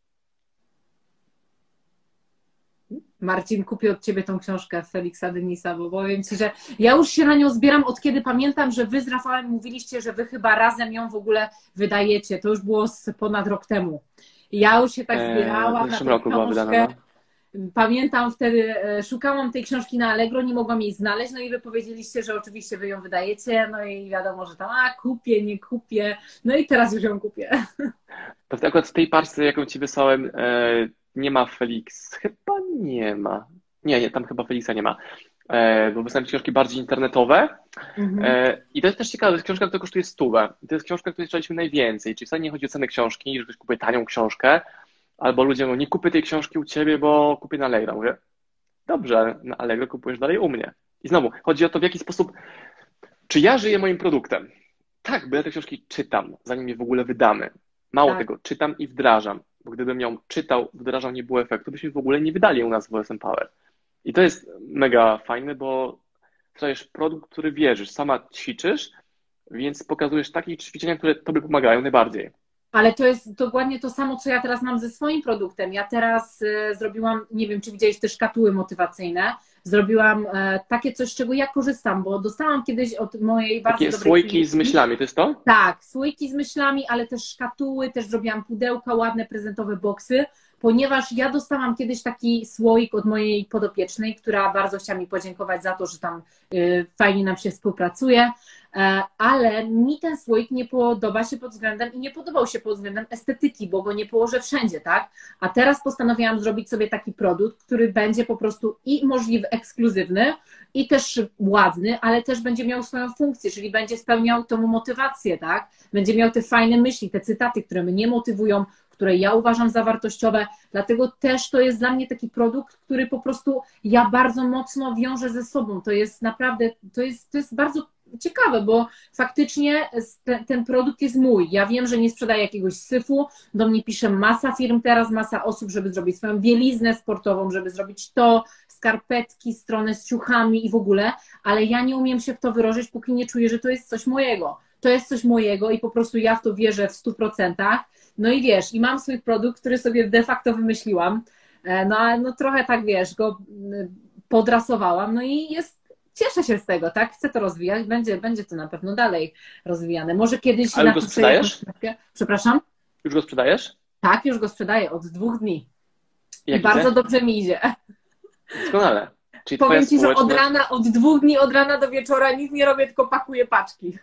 Speaker 2: Marcin, kupię od Ciebie tą książkę Feliksa Denisa, bo powiem Ci, że ja już się na nią zbieram od kiedy pamiętam, że Wy z Rafałem mówiliście, że Wy chyba razem ją w ogóle wydajecie. To już było z ponad rok temu. Ja już się tak zbierałam
Speaker 1: Eee, w
Speaker 2: na
Speaker 1: zeszłym
Speaker 2: tę
Speaker 1: roku była
Speaker 2: książkę.
Speaker 1: wydana, no.
Speaker 2: Pamiętam wtedy, szukałam tej książki na Allegro, nie mogłam jej znaleźć, no i Wy powiedzieliście, że oczywiście Wy ją wydajecie, no i wiadomo, że tam, a kupię, nie kupię, no i teraz już ją kupię.
Speaker 1: To akurat w tej parce, jaką Ci wysłałem, e, nie ma Felix. Chyba nie ma. Nie, nie, tam chyba Felixa nie ma. E, bo wysłałem książki bardziej internetowe.
Speaker 2: Mhm.
Speaker 1: E, I to jest też ciekawe, to jest książka, która kosztuje stówę. I to jest książka, której czytaliśmy najwięcej. Czyli wcale nie chodzi o cenę książki, że ktoś kupuje tanią książkę, albo ludzie mówią, nie kupię tej książki u Ciebie, bo kupię na Allegro. Mówię, dobrze, na Allegro kupujesz dalej u mnie. I znowu, chodzi o to, w jaki sposób, czy ja żyję moim produktem. Tak, bo ja te książki czytam, zanim je w ogóle wydamy. Mało
Speaker 2: Tak.
Speaker 1: tego, czytam i wdrażam, bo gdybym ją czytał, wdrażał, nie było efektu, byśmy w ogóle nie wydali u nas w O S M Power. I to jest mega fajne, bo sprzedajesz produkt, który wierzysz, sama ćwiczysz, więc pokazujesz takie ćwiczenia, które tobie pomagają najbardziej.
Speaker 2: Ale to jest dokładnie to samo, co ja teraz mam ze swoim produktem. Ja teraz y, zrobiłam, nie wiem, czy widziałeś te szkatuły motywacyjne, zrobiłam y, takie coś, z czego ja korzystam, bo dostałam kiedyś od mojej bardzo
Speaker 1: Takie
Speaker 2: dobrej
Speaker 1: słoiki
Speaker 2: klientki.
Speaker 1: z myślami, to jest to?
Speaker 2: Tak, słoiki z myślami, ale też szkatuły, też zrobiłam pudełka, ładne prezentowe boksy, ponieważ ja dostałam kiedyś taki słoik od mojej podopiecznej, która bardzo chciała mi podziękować za to, że tam y, fajnie nam się współpracuje, e, ale mi ten słoik nie podoba się pod względem i nie podobał się pod względem estetyki, bo go nie położę wszędzie, tak? A teraz postanowiłam zrobić sobie taki produkt, który będzie po prostu i możliwy, ekskluzywny, i też ładny, ale też będzie miał swoją funkcję, czyli będzie spełniał tą motywację, tak? Będzie miał te fajne myśli, te cytaty, które mnie motywują, które ja uważam za wartościowe, dlatego też to jest dla mnie taki produkt, który po prostu ja bardzo mocno wiążę ze sobą. To jest naprawdę, to jest, to jest bardzo ciekawe, bo faktycznie ten, ten produkt jest mój. Ja wiem, że nie sprzedaję jakiegoś syfu, do mnie pisze masa firm teraz, masa osób, żeby zrobić swoją bieliznę sportową, żeby zrobić to, skarpetki, stronę z ciuchami i w ogóle, ale ja nie umiem się w to wyrożyć, póki nie czuję, że to jest coś mojego. To jest coś mojego i po prostu ja w to wierzę w stu procentach. No i wiesz, i mam swój produkt, który sobie de facto wymyśliłam, no ale no trochę tak, wiesz, go podrasowałam, no i jest, cieszę się z tego, tak, chcę to rozwijać, będzie, będzie to na pewno dalej rozwijane. Może kiedyś...
Speaker 1: A już go sprzedajesz?
Speaker 2: Przepraszam?
Speaker 1: Już go sprzedajesz?
Speaker 2: Tak, już go sprzedaję od dwóch dni.
Speaker 1: Jak
Speaker 2: I bardzo
Speaker 1: idzie?
Speaker 2: dobrze mi idzie.
Speaker 1: Doskonale. Czyli
Speaker 2: Powiem
Speaker 1: twoja
Speaker 2: Ci, że od
Speaker 1: społeczność...
Speaker 2: rana, od dwóch dni, od rana do wieczora nic nie robię, tylko pakuję paczki.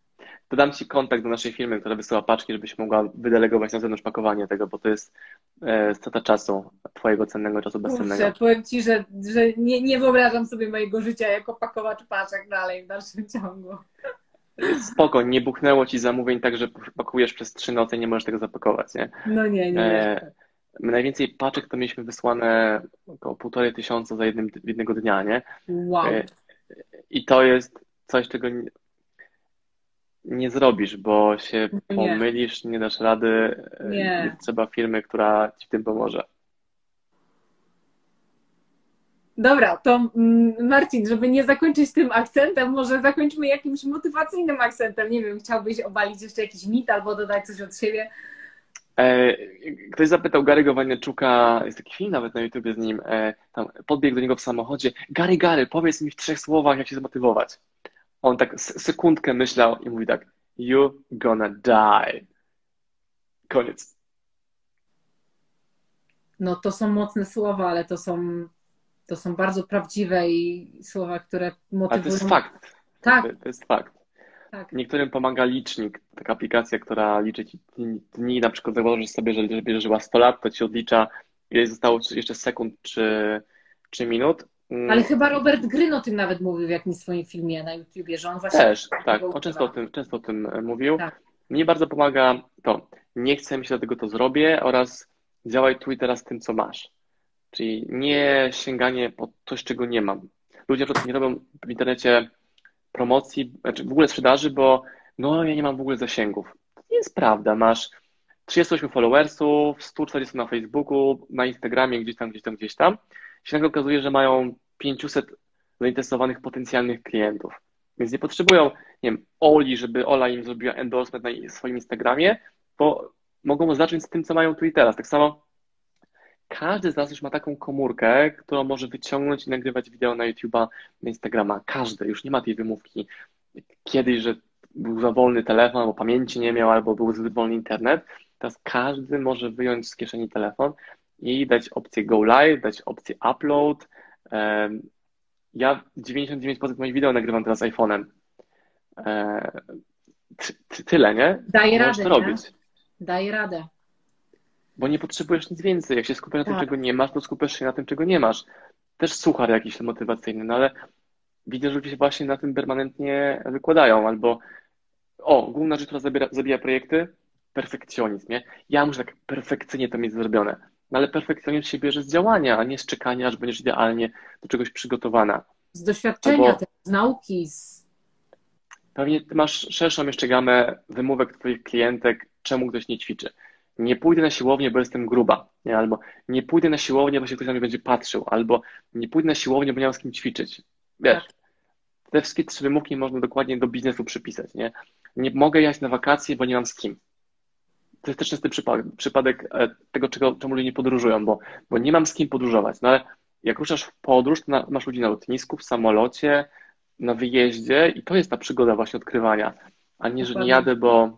Speaker 1: Dodam Ci kontakt do naszej firmy, która wysyła paczki, żebyś mogła wydelegować na zewnątrz pakowanie tego, bo to jest e, strata czasu, Twojego cennego czasu bezcennego.
Speaker 2: Kurczę, powiem Ci, że, że nie, nie wyobrażam sobie mojego życia jako pakowacz paczek dalej w dalszym ciągu.
Speaker 1: Spoko, nie buchnęło Ci zamówień tak, że pakujesz przez trzy noce i nie możesz tego zapakować, nie?
Speaker 2: No nie, nie, nie.
Speaker 1: E, my najwięcej paczek to mieliśmy wysłane około półtorej tysiąca za jednym, jednego dnia, nie?
Speaker 2: Wow.
Speaker 1: E, I to jest coś, czego... Nie... nie zrobisz, bo się
Speaker 2: Nie,
Speaker 1: pomylisz, nie dasz rady, e,
Speaker 2: nie.
Speaker 1: jest trzeba firmy, która ci w tym pomoże.
Speaker 2: Dobra, to mm, Marcin, żeby nie zakończyć tym akcentem, może zakończmy jakimś motywacyjnym akcentem. Nie wiem, chciałbyś obalić jeszcze jakiś mit albo dodać coś od siebie?
Speaker 1: E, Ktoś zapytał Gary'ego Vaynerchuka, jest taki film nawet na YouTubie z nim, e, tam podbiegł do niego w samochodzie. Gary, Gary, powiedz mi w trzech słowach, jak się zmotywować. On tak s- sekundkę myślał i mówi tak, you gonna die. Koniec.
Speaker 2: No to są mocne słowa, ale to są, to są bardzo prawdziwe i słowa, które
Speaker 1: Ale to jest
Speaker 2: motywują.
Speaker 1: fakt. To,
Speaker 2: Tak,
Speaker 1: to jest fakt.
Speaker 2: tak.
Speaker 1: Niektórym pomaga licznik, taka aplikacja, która liczy ci dni, dni, na przykład założysz sobie, że będziesz żyła sto lat, to ci odlicza, ile zostało czy- jeszcze sekund czy, czy minut.
Speaker 2: Ale
Speaker 1: Mm,
Speaker 2: chyba Robert Greene o tym nawet mówił w jakimś swoim filmie na YouTubie, że on właśnie
Speaker 1: Też, tak,
Speaker 2: tego
Speaker 1: on często o
Speaker 2: używa.
Speaker 1: tym, często o tym e, mówił.
Speaker 2: Tak.
Speaker 1: Mnie bardzo pomaga to, nie chcę mi się dlatego to zrobię oraz działaj tu i teraz z tym, co masz. Czyli nie sięganie po coś, czego nie mam. Ludzie na przykład nie robią w internecie promocji, znaczy w ogóle sprzedaży, bo no ja nie mam w ogóle zasięgów. To nie jest prawda. Masz trzydziestu ośmiu followersów, sto czterdzieści na Facebooku, na Instagramie, gdzieś tam, gdzieś tam, gdzieś tam. Się nagle okazuje, że mają pięćset zainteresowanych potencjalnych klientów. Więc nie potrzebują, nie wiem, Oli, żeby Ola im zrobiła endorsement na swoim Instagramie, bo mogą zacząć z tym, co mają tu i teraz. Tak samo każdy z nas już ma taką komórkę, którą może wyciągnąć i nagrywać wideo na YouTube'a, na Instagrama. Każdy, już nie ma tej wymówki. Kiedyś, że był za wolny telefon, albo pamięci nie miał, albo był zbyt wolny internet. Teraz każdy może wyjąć z kieszeni telefon i dać opcję Go Live, dać opcję Upload. Em, Ja dziewięćdziesiąt dziewięć procent moich wideo nagrywam teraz iPhone'em. E, ty- ty- Tyle, nie?
Speaker 2: Daje
Speaker 1: Możesz
Speaker 2: radę,
Speaker 1: to
Speaker 2: nie?
Speaker 1: robić.
Speaker 2: Daje radę.
Speaker 1: Bo nie potrzebujesz nic więcej. Jak się skupiasz na tym,
Speaker 2: Tak.
Speaker 1: czego nie masz, to skupiasz się na tym, czego nie masz. Też suchar jakiś motywacyjny, no ale widzę, że ludzie się właśnie na tym permanentnie wykładają. Albo, o, główna rzecz, która zabiera, zabija projekty, perfekcjonizm, nie? Ja muszę tak perfekcyjnie to mieć zrobione. No ale perfekcjonizm się bierze z działania, a nie z czekania, aż będziesz idealnie do czegoś przygotowana.
Speaker 2: Z doświadczenia,
Speaker 1: Albo
Speaker 2: też, z nauki, z...
Speaker 1: pewnie ty masz szerszą jeszcze gamę wymówek twoich klientek, czemu ktoś nie ćwiczy. Nie pójdę na siłownię, bo jestem gruba, nie? Albo nie pójdę na siłownię, bo się ktoś na mnie będzie patrzył, albo nie pójdę na siłownię, bo nie mam z kim ćwiczyć.
Speaker 2: Tak.
Speaker 1: Wiesz, te wszystkie trzy wymówki można dokładnie do biznesu przypisać, nie? Nie mogę jechać na wakacje, bo nie mam z kim. To jest też częsty przypadek, przypadek e, tego, czego, czemu ludzie nie podróżują, bo, bo nie mam z kim podróżować. No ale jak ruszasz w podróż, to na, masz ludzi na lotnisku, w samolocie, na wyjeździe i to jest ta przygoda właśnie odkrywania, a nie, że nie
Speaker 2: Dokładnie.
Speaker 1: jadę, bo,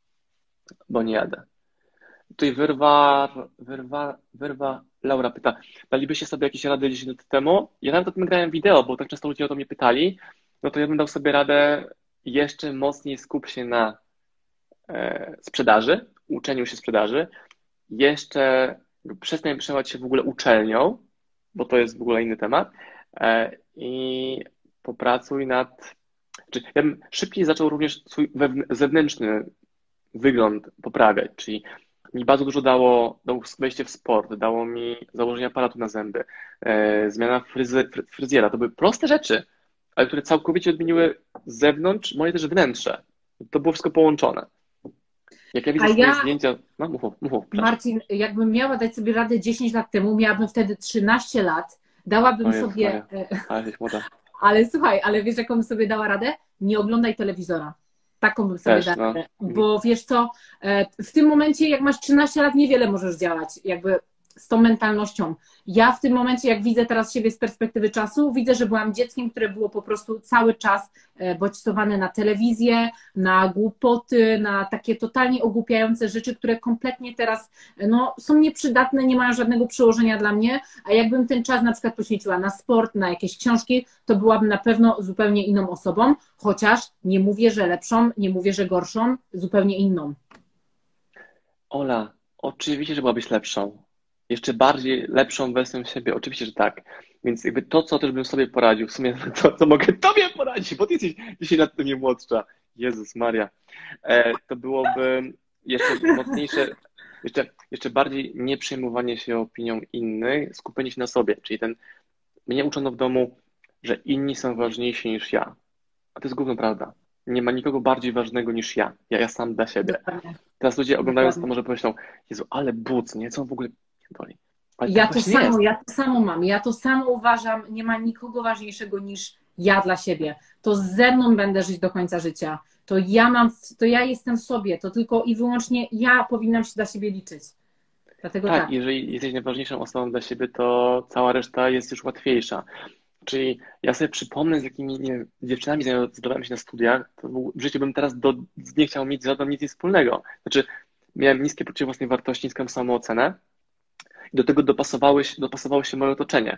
Speaker 1: bo nie jadę. Tutaj wyrwa, wyrwa, wyrwa, Laura pyta, dalibyście sobie jakieś rady dziesięć lat temu? Ja nawet o tym grałem wideo, bo tak często ludzie o to mnie pytali, no to ja bym dał sobie radę jeszcze mocniej skup się na e, sprzedaży, uczeniu się sprzedaży, jeszcze przestań przejmować się w ogóle uczelnią, bo to jest w ogóle inny temat, e, i popracuj nad. Czy ja bym szybciej zaczął również swój wewn- zewnętrzny wygląd poprawiać, czyli mi bardzo dużo dało, dało wejście w sport, dało mi założenie aparatu na zęby, e, zmiana fryzy, fry- fryzjera. To były proste rzeczy, ale które całkowicie odmieniły z zewnątrz moje też wnętrze. To było wszystko połączone. Jak ja
Speaker 2: A
Speaker 1: widzę swoje
Speaker 2: ja,
Speaker 1: zdjęcia, no mów, mów, mów, przepraszam.
Speaker 2: Marcin, jakbym miała dać sobie radę dziesięć lat temu, miałabym wtedy trzynaście lat, dałabym
Speaker 1: O Jezus
Speaker 2: sobie,
Speaker 1: Maria, ale jesteś młoda.
Speaker 2: ale słuchaj, ale wiesz, jaką bym sobie dała radę? Nie oglądaj telewizora. Taką bym sobie
Speaker 1: Też,
Speaker 2: dała
Speaker 1: no.
Speaker 2: radę.
Speaker 1: Mhm.
Speaker 2: Bo wiesz co, e, w tym momencie, jak masz trzynaście lat, niewiele możesz działać, jakby z tą mentalnością. Ja w tym momencie, jak widzę teraz siebie z perspektywy czasu, widzę, że byłam dzieckiem, które było po prostu cały czas e, bodźcowane na telewizję, na głupoty, na takie totalnie ogłupiające rzeczy, które kompletnie teraz e, no, są nieprzydatne, nie mają żadnego przełożenia dla mnie, a jakbym ten czas na przykład poświęciła na sport, na jakieś książki, to byłabym na pewno zupełnie inną osobą, chociaż nie mówię, że lepszą, nie mówię, że gorszą, zupełnie inną.
Speaker 1: Ola, oczywiście, że byłabyś lepszą. Jeszcze bardziej lepszą wersją siebie. Oczywiście, że tak. Więc jakby to, co też bym sobie poradził, w sumie to, co mogę tobie poradzić, bo ty jesteś dziesięć lat mnie młodsza. Jezus Maria. E, to byłoby jeszcze mocniejsze, jeszcze, jeszcze bardziej nie przejmowanie się opinią innych, skupienie się na sobie. Czyli ten, mnie uczono w domu, że inni są ważniejsi niż ja. A to jest gówno prawda. nie ma nikogo bardziej ważnego niż ja. Ja, ja sam dla siebie.
Speaker 2: Dokładnie.
Speaker 1: Teraz ludzie oglądając to
Speaker 2: Dokładnie.
Speaker 1: może pomyślą, Jezu, ale but, nie? Co on w ogóle pierdoli? Ale tak
Speaker 2: Ja to
Speaker 1: właśnie
Speaker 2: samo,
Speaker 1: jest.
Speaker 2: ja to samo mam. Ja to samo uważam, nie ma nikogo ważniejszego niż ja dla siebie. To ze mną będę żyć do końca życia. To ja mam, to ja jestem w sobie. To tylko i wyłącznie ja powinnam się dla siebie liczyć. Dlatego
Speaker 1: Tak,
Speaker 2: tak.
Speaker 1: jeżeli jesteś najważniejszą osobą dla siebie, to cała reszta jest już łatwiejsza. Czyli ja sobie przypomnę, z jakimi nie wiem, dziewczynami zdawałem się na studiach, to w życiu bym teraz do, nie chciał mieć żadną nic wspólnego. Znaczy, miałem niskie poczucie własnej wartości, niską samoocenę i do tego dopasowały się, dopasowało się moje otoczenie.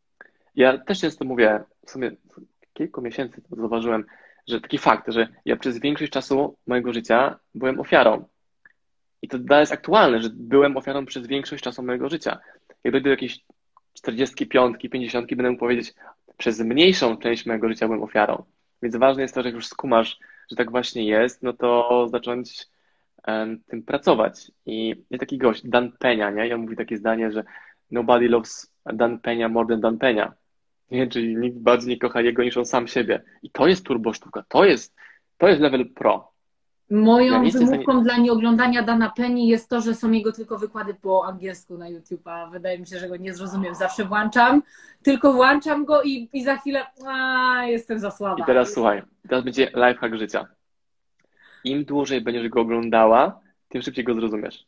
Speaker 1: Ja też często mówię, w sumie kilku miesięcy to zauważyłem, że taki fakt, że ja przez większość czasu mojego życia byłem ofiarą. I to dalej jest aktualne, że byłem ofiarą przez większość czasu mojego życia. Jak dojdę do jakiejś czterdziestki, piątki, pięćdziesiątki, będę mógł powiedzieć, przez mniejszą część mojego życia byłem ofiarą. Więc ważne jest to, że jak już skumasz, że tak właśnie jest, no to zacząć um, tym pracować. I jest taki gość, Dan Penia, nie? I on mówi takie zdanie, że nobody loves Dan Penia more than Dan Penia. Nie? Czyli nikt bardziej nie kocha jego niż on sam siebie. I to jest turbo sztuka, to jest, to jest level pro. Ja
Speaker 2: Moją
Speaker 1: nie jestem w
Speaker 2: wymówką
Speaker 1: stanie...
Speaker 2: dla nieoglądania Dana Penny jest to, że są jego tylko wykłady po angielsku na YouTube, a wydaje mi się, że go nie zrozumiem. Zawsze włączam, tylko włączam go i, i za chwilę a, jestem za
Speaker 1: I
Speaker 2: słaba.
Speaker 1: teraz słuchaj, teraz będzie lifehack życia. Im dłużej będziesz go oglądała, tym szybciej go zrozumiesz.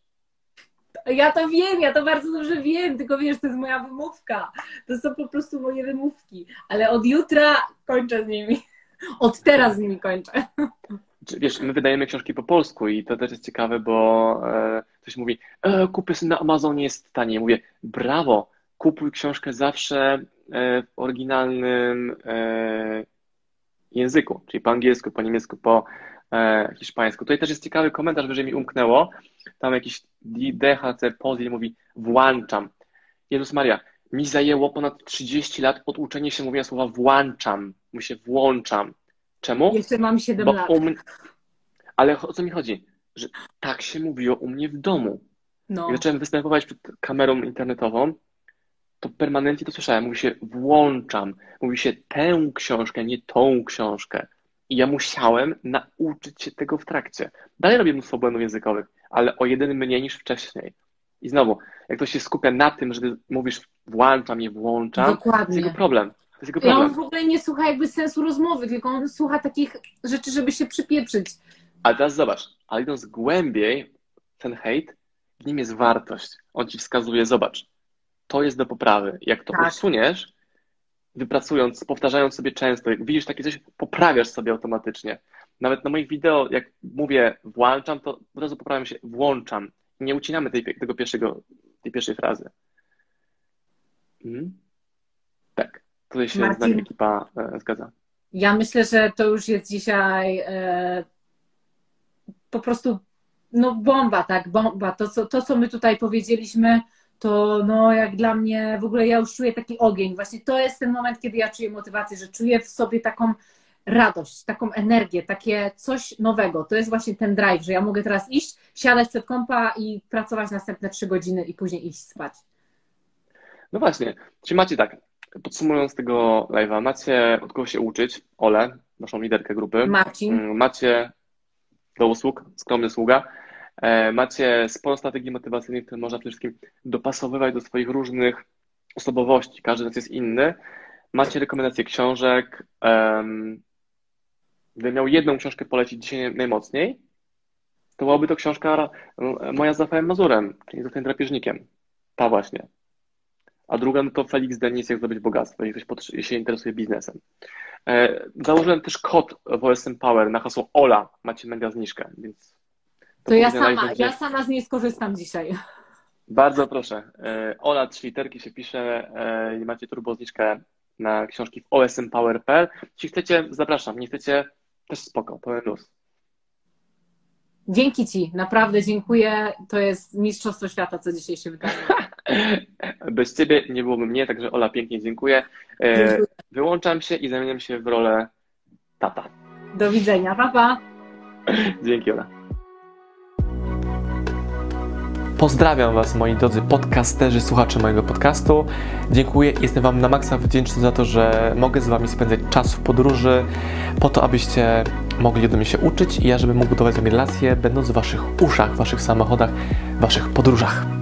Speaker 2: Ja to wiem, ja to bardzo dobrze wiem, tylko wiesz, to jest moja wymówka. To są po prostu moje wymówki, ale od jutra kończę z nimi. Od teraz z nimi kończę.
Speaker 1: Wiesz, my wydajemy książki po polsku i to też jest ciekawe, bo e, ktoś mówi, e, kupię sobie na Amazonie, jest taniej. Mówię, brawo, kupuj książkę zawsze e, w oryginalnym e, języku, czyli po angielsku, po niemiecku, po e, hiszpańsku. Tutaj też jest ciekawy komentarz, wyżej mi umknęło. Tam jakiś D H C Pozil mówi, włączam. Jezus Maria, mi zajęło ponad trzydzieści lat oduczenie się mówienia słowa włączam. Mówi się włączam. Czemu?
Speaker 2: Jeszcze mam siedem
Speaker 1: Bo
Speaker 2: lat.
Speaker 1: u mnie... Ale o co mi chodzi? Że tak się mówiło u mnie w domu.
Speaker 2: No.
Speaker 1: Jak zacząłem występować przed kamerą internetową, to permanentnie to słyszałem. Mówi się włączam. Mówi się tę książkę, nie tą książkę. I ja musiałem nauczyć się tego w trakcie. Dalej robię mnóstwo błędów językowych, ale o jeden mniej niż wcześniej. I znowu, jak ktoś się skupia na tym, że ty mówisz włączam, nie włączam,
Speaker 2: Dokładnie.
Speaker 1: to jest jego problem. To jest jego
Speaker 2: I on
Speaker 1: problem.
Speaker 2: w ogóle nie słucha jakby sensu rozmowy, tylko on słucha takich rzeczy, żeby się przypieprzyć.
Speaker 1: Ale teraz zobacz, ale idąc głębiej, ten hejt, w nim jest wartość. On ci wskazuje, zobacz, to jest do poprawy. Jak to
Speaker 2: Tak.
Speaker 1: usuniesz, wypracując, powtarzając sobie często, jak widzisz takie coś, poprawiasz sobie automatycznie. Nawet na moich wideo, jak mówię włączam, to od razu poprawiam się włączam. Nie ucinamy tej, tego pierwszego, tej pierwszej frazy. Mhm. Tak, tutaj się
Speaker 2: Marcin,
Speaker 1: z nami ekipa e, zgadza.
Speaker 2: ja myślę, że to już jest dzisiaj e, po prostu no bomba, tak, bomba. To co, to, co my tutaj powiedzieliśmy, to no jak dla mnie w ogóle ja już czuję taki ogień. Właśnie to jest ten moment, kiedy ja czuję motywację, że czuję w sobie taką radość, taką energię, takie coś nowego. To jest właśnie ten drive, że ja mogę teraz iść, siadać przed kompa i pracować następne trzy godziny i później iść spać.
Speaker 1: No właśnie, czyli macie tak, podsumując tego live'a, macie od kogo się uczyć, Ole, naszą liderkę grupy,
Speaker 2: Marcin.
Speaker 1: macie do usług, skromny sługa, macie sporo strategii motywacyjnych, które można przede wszystkim dopasowywać do swoich różnych osobowości, każdy z nas jest inny, macie rekomendacje książek, gdybym miał jedną książkę polecić dzisiaj najmocniej, to byłaby to książka Moja z Rafałem Mazurem, czyli Zostań drapieżnikiem, ta właśnie. A druga no to Felix Denis, Jak zdobyć bogactwo, jeśli ktoś się interesuje biznesem. Założyłem też kod w O S M Power na hasło Ola, macie mega zniżkę, więc...
Speaker 2: To, to ja sama,
Speaker 1: będzie...
Speaker 2: ja sama z niej skorzystam dzisiaj.
Speaker 1: Bardzo proszę. Ola, trzy literki się pisze i macie turbo zniżkę na książki w O S M Power kropka P L. Jeśli chcecie, zapraszam, nie chcecie, też spoko, pełen luz.
Speaker 2: Dzięki Ci, naprawdę dziękuję. To jest mistrzostwo świata, co dzisiaj się wydarzyło.
Speaker 1: Bez Ciebie nie byłoby mnie, także Ola, pięknie dziękuję.
Speaker 2: Dziękuję.
Speaker 1: Wyłączam się i zamieniam się w rolę tata.
Speaker 2: Do widzenia, pa pa.
Speaker 1: Dzięki, Ola.
Speaker 3: Pozdrawiam Was, moi drodzy podcasterzy, słuchacze mojego podcastu. Dziękuję, jestem Wam na maksa wdzięczny za to, że mogę z Wami spędzać czas w podróży, po to, abyście mogli ode mnie się uczyć i ja, żebym mógł budować z Wami relacje, będąc w Waszych uszach, w Waszych samochodach, w Waszych podróżach.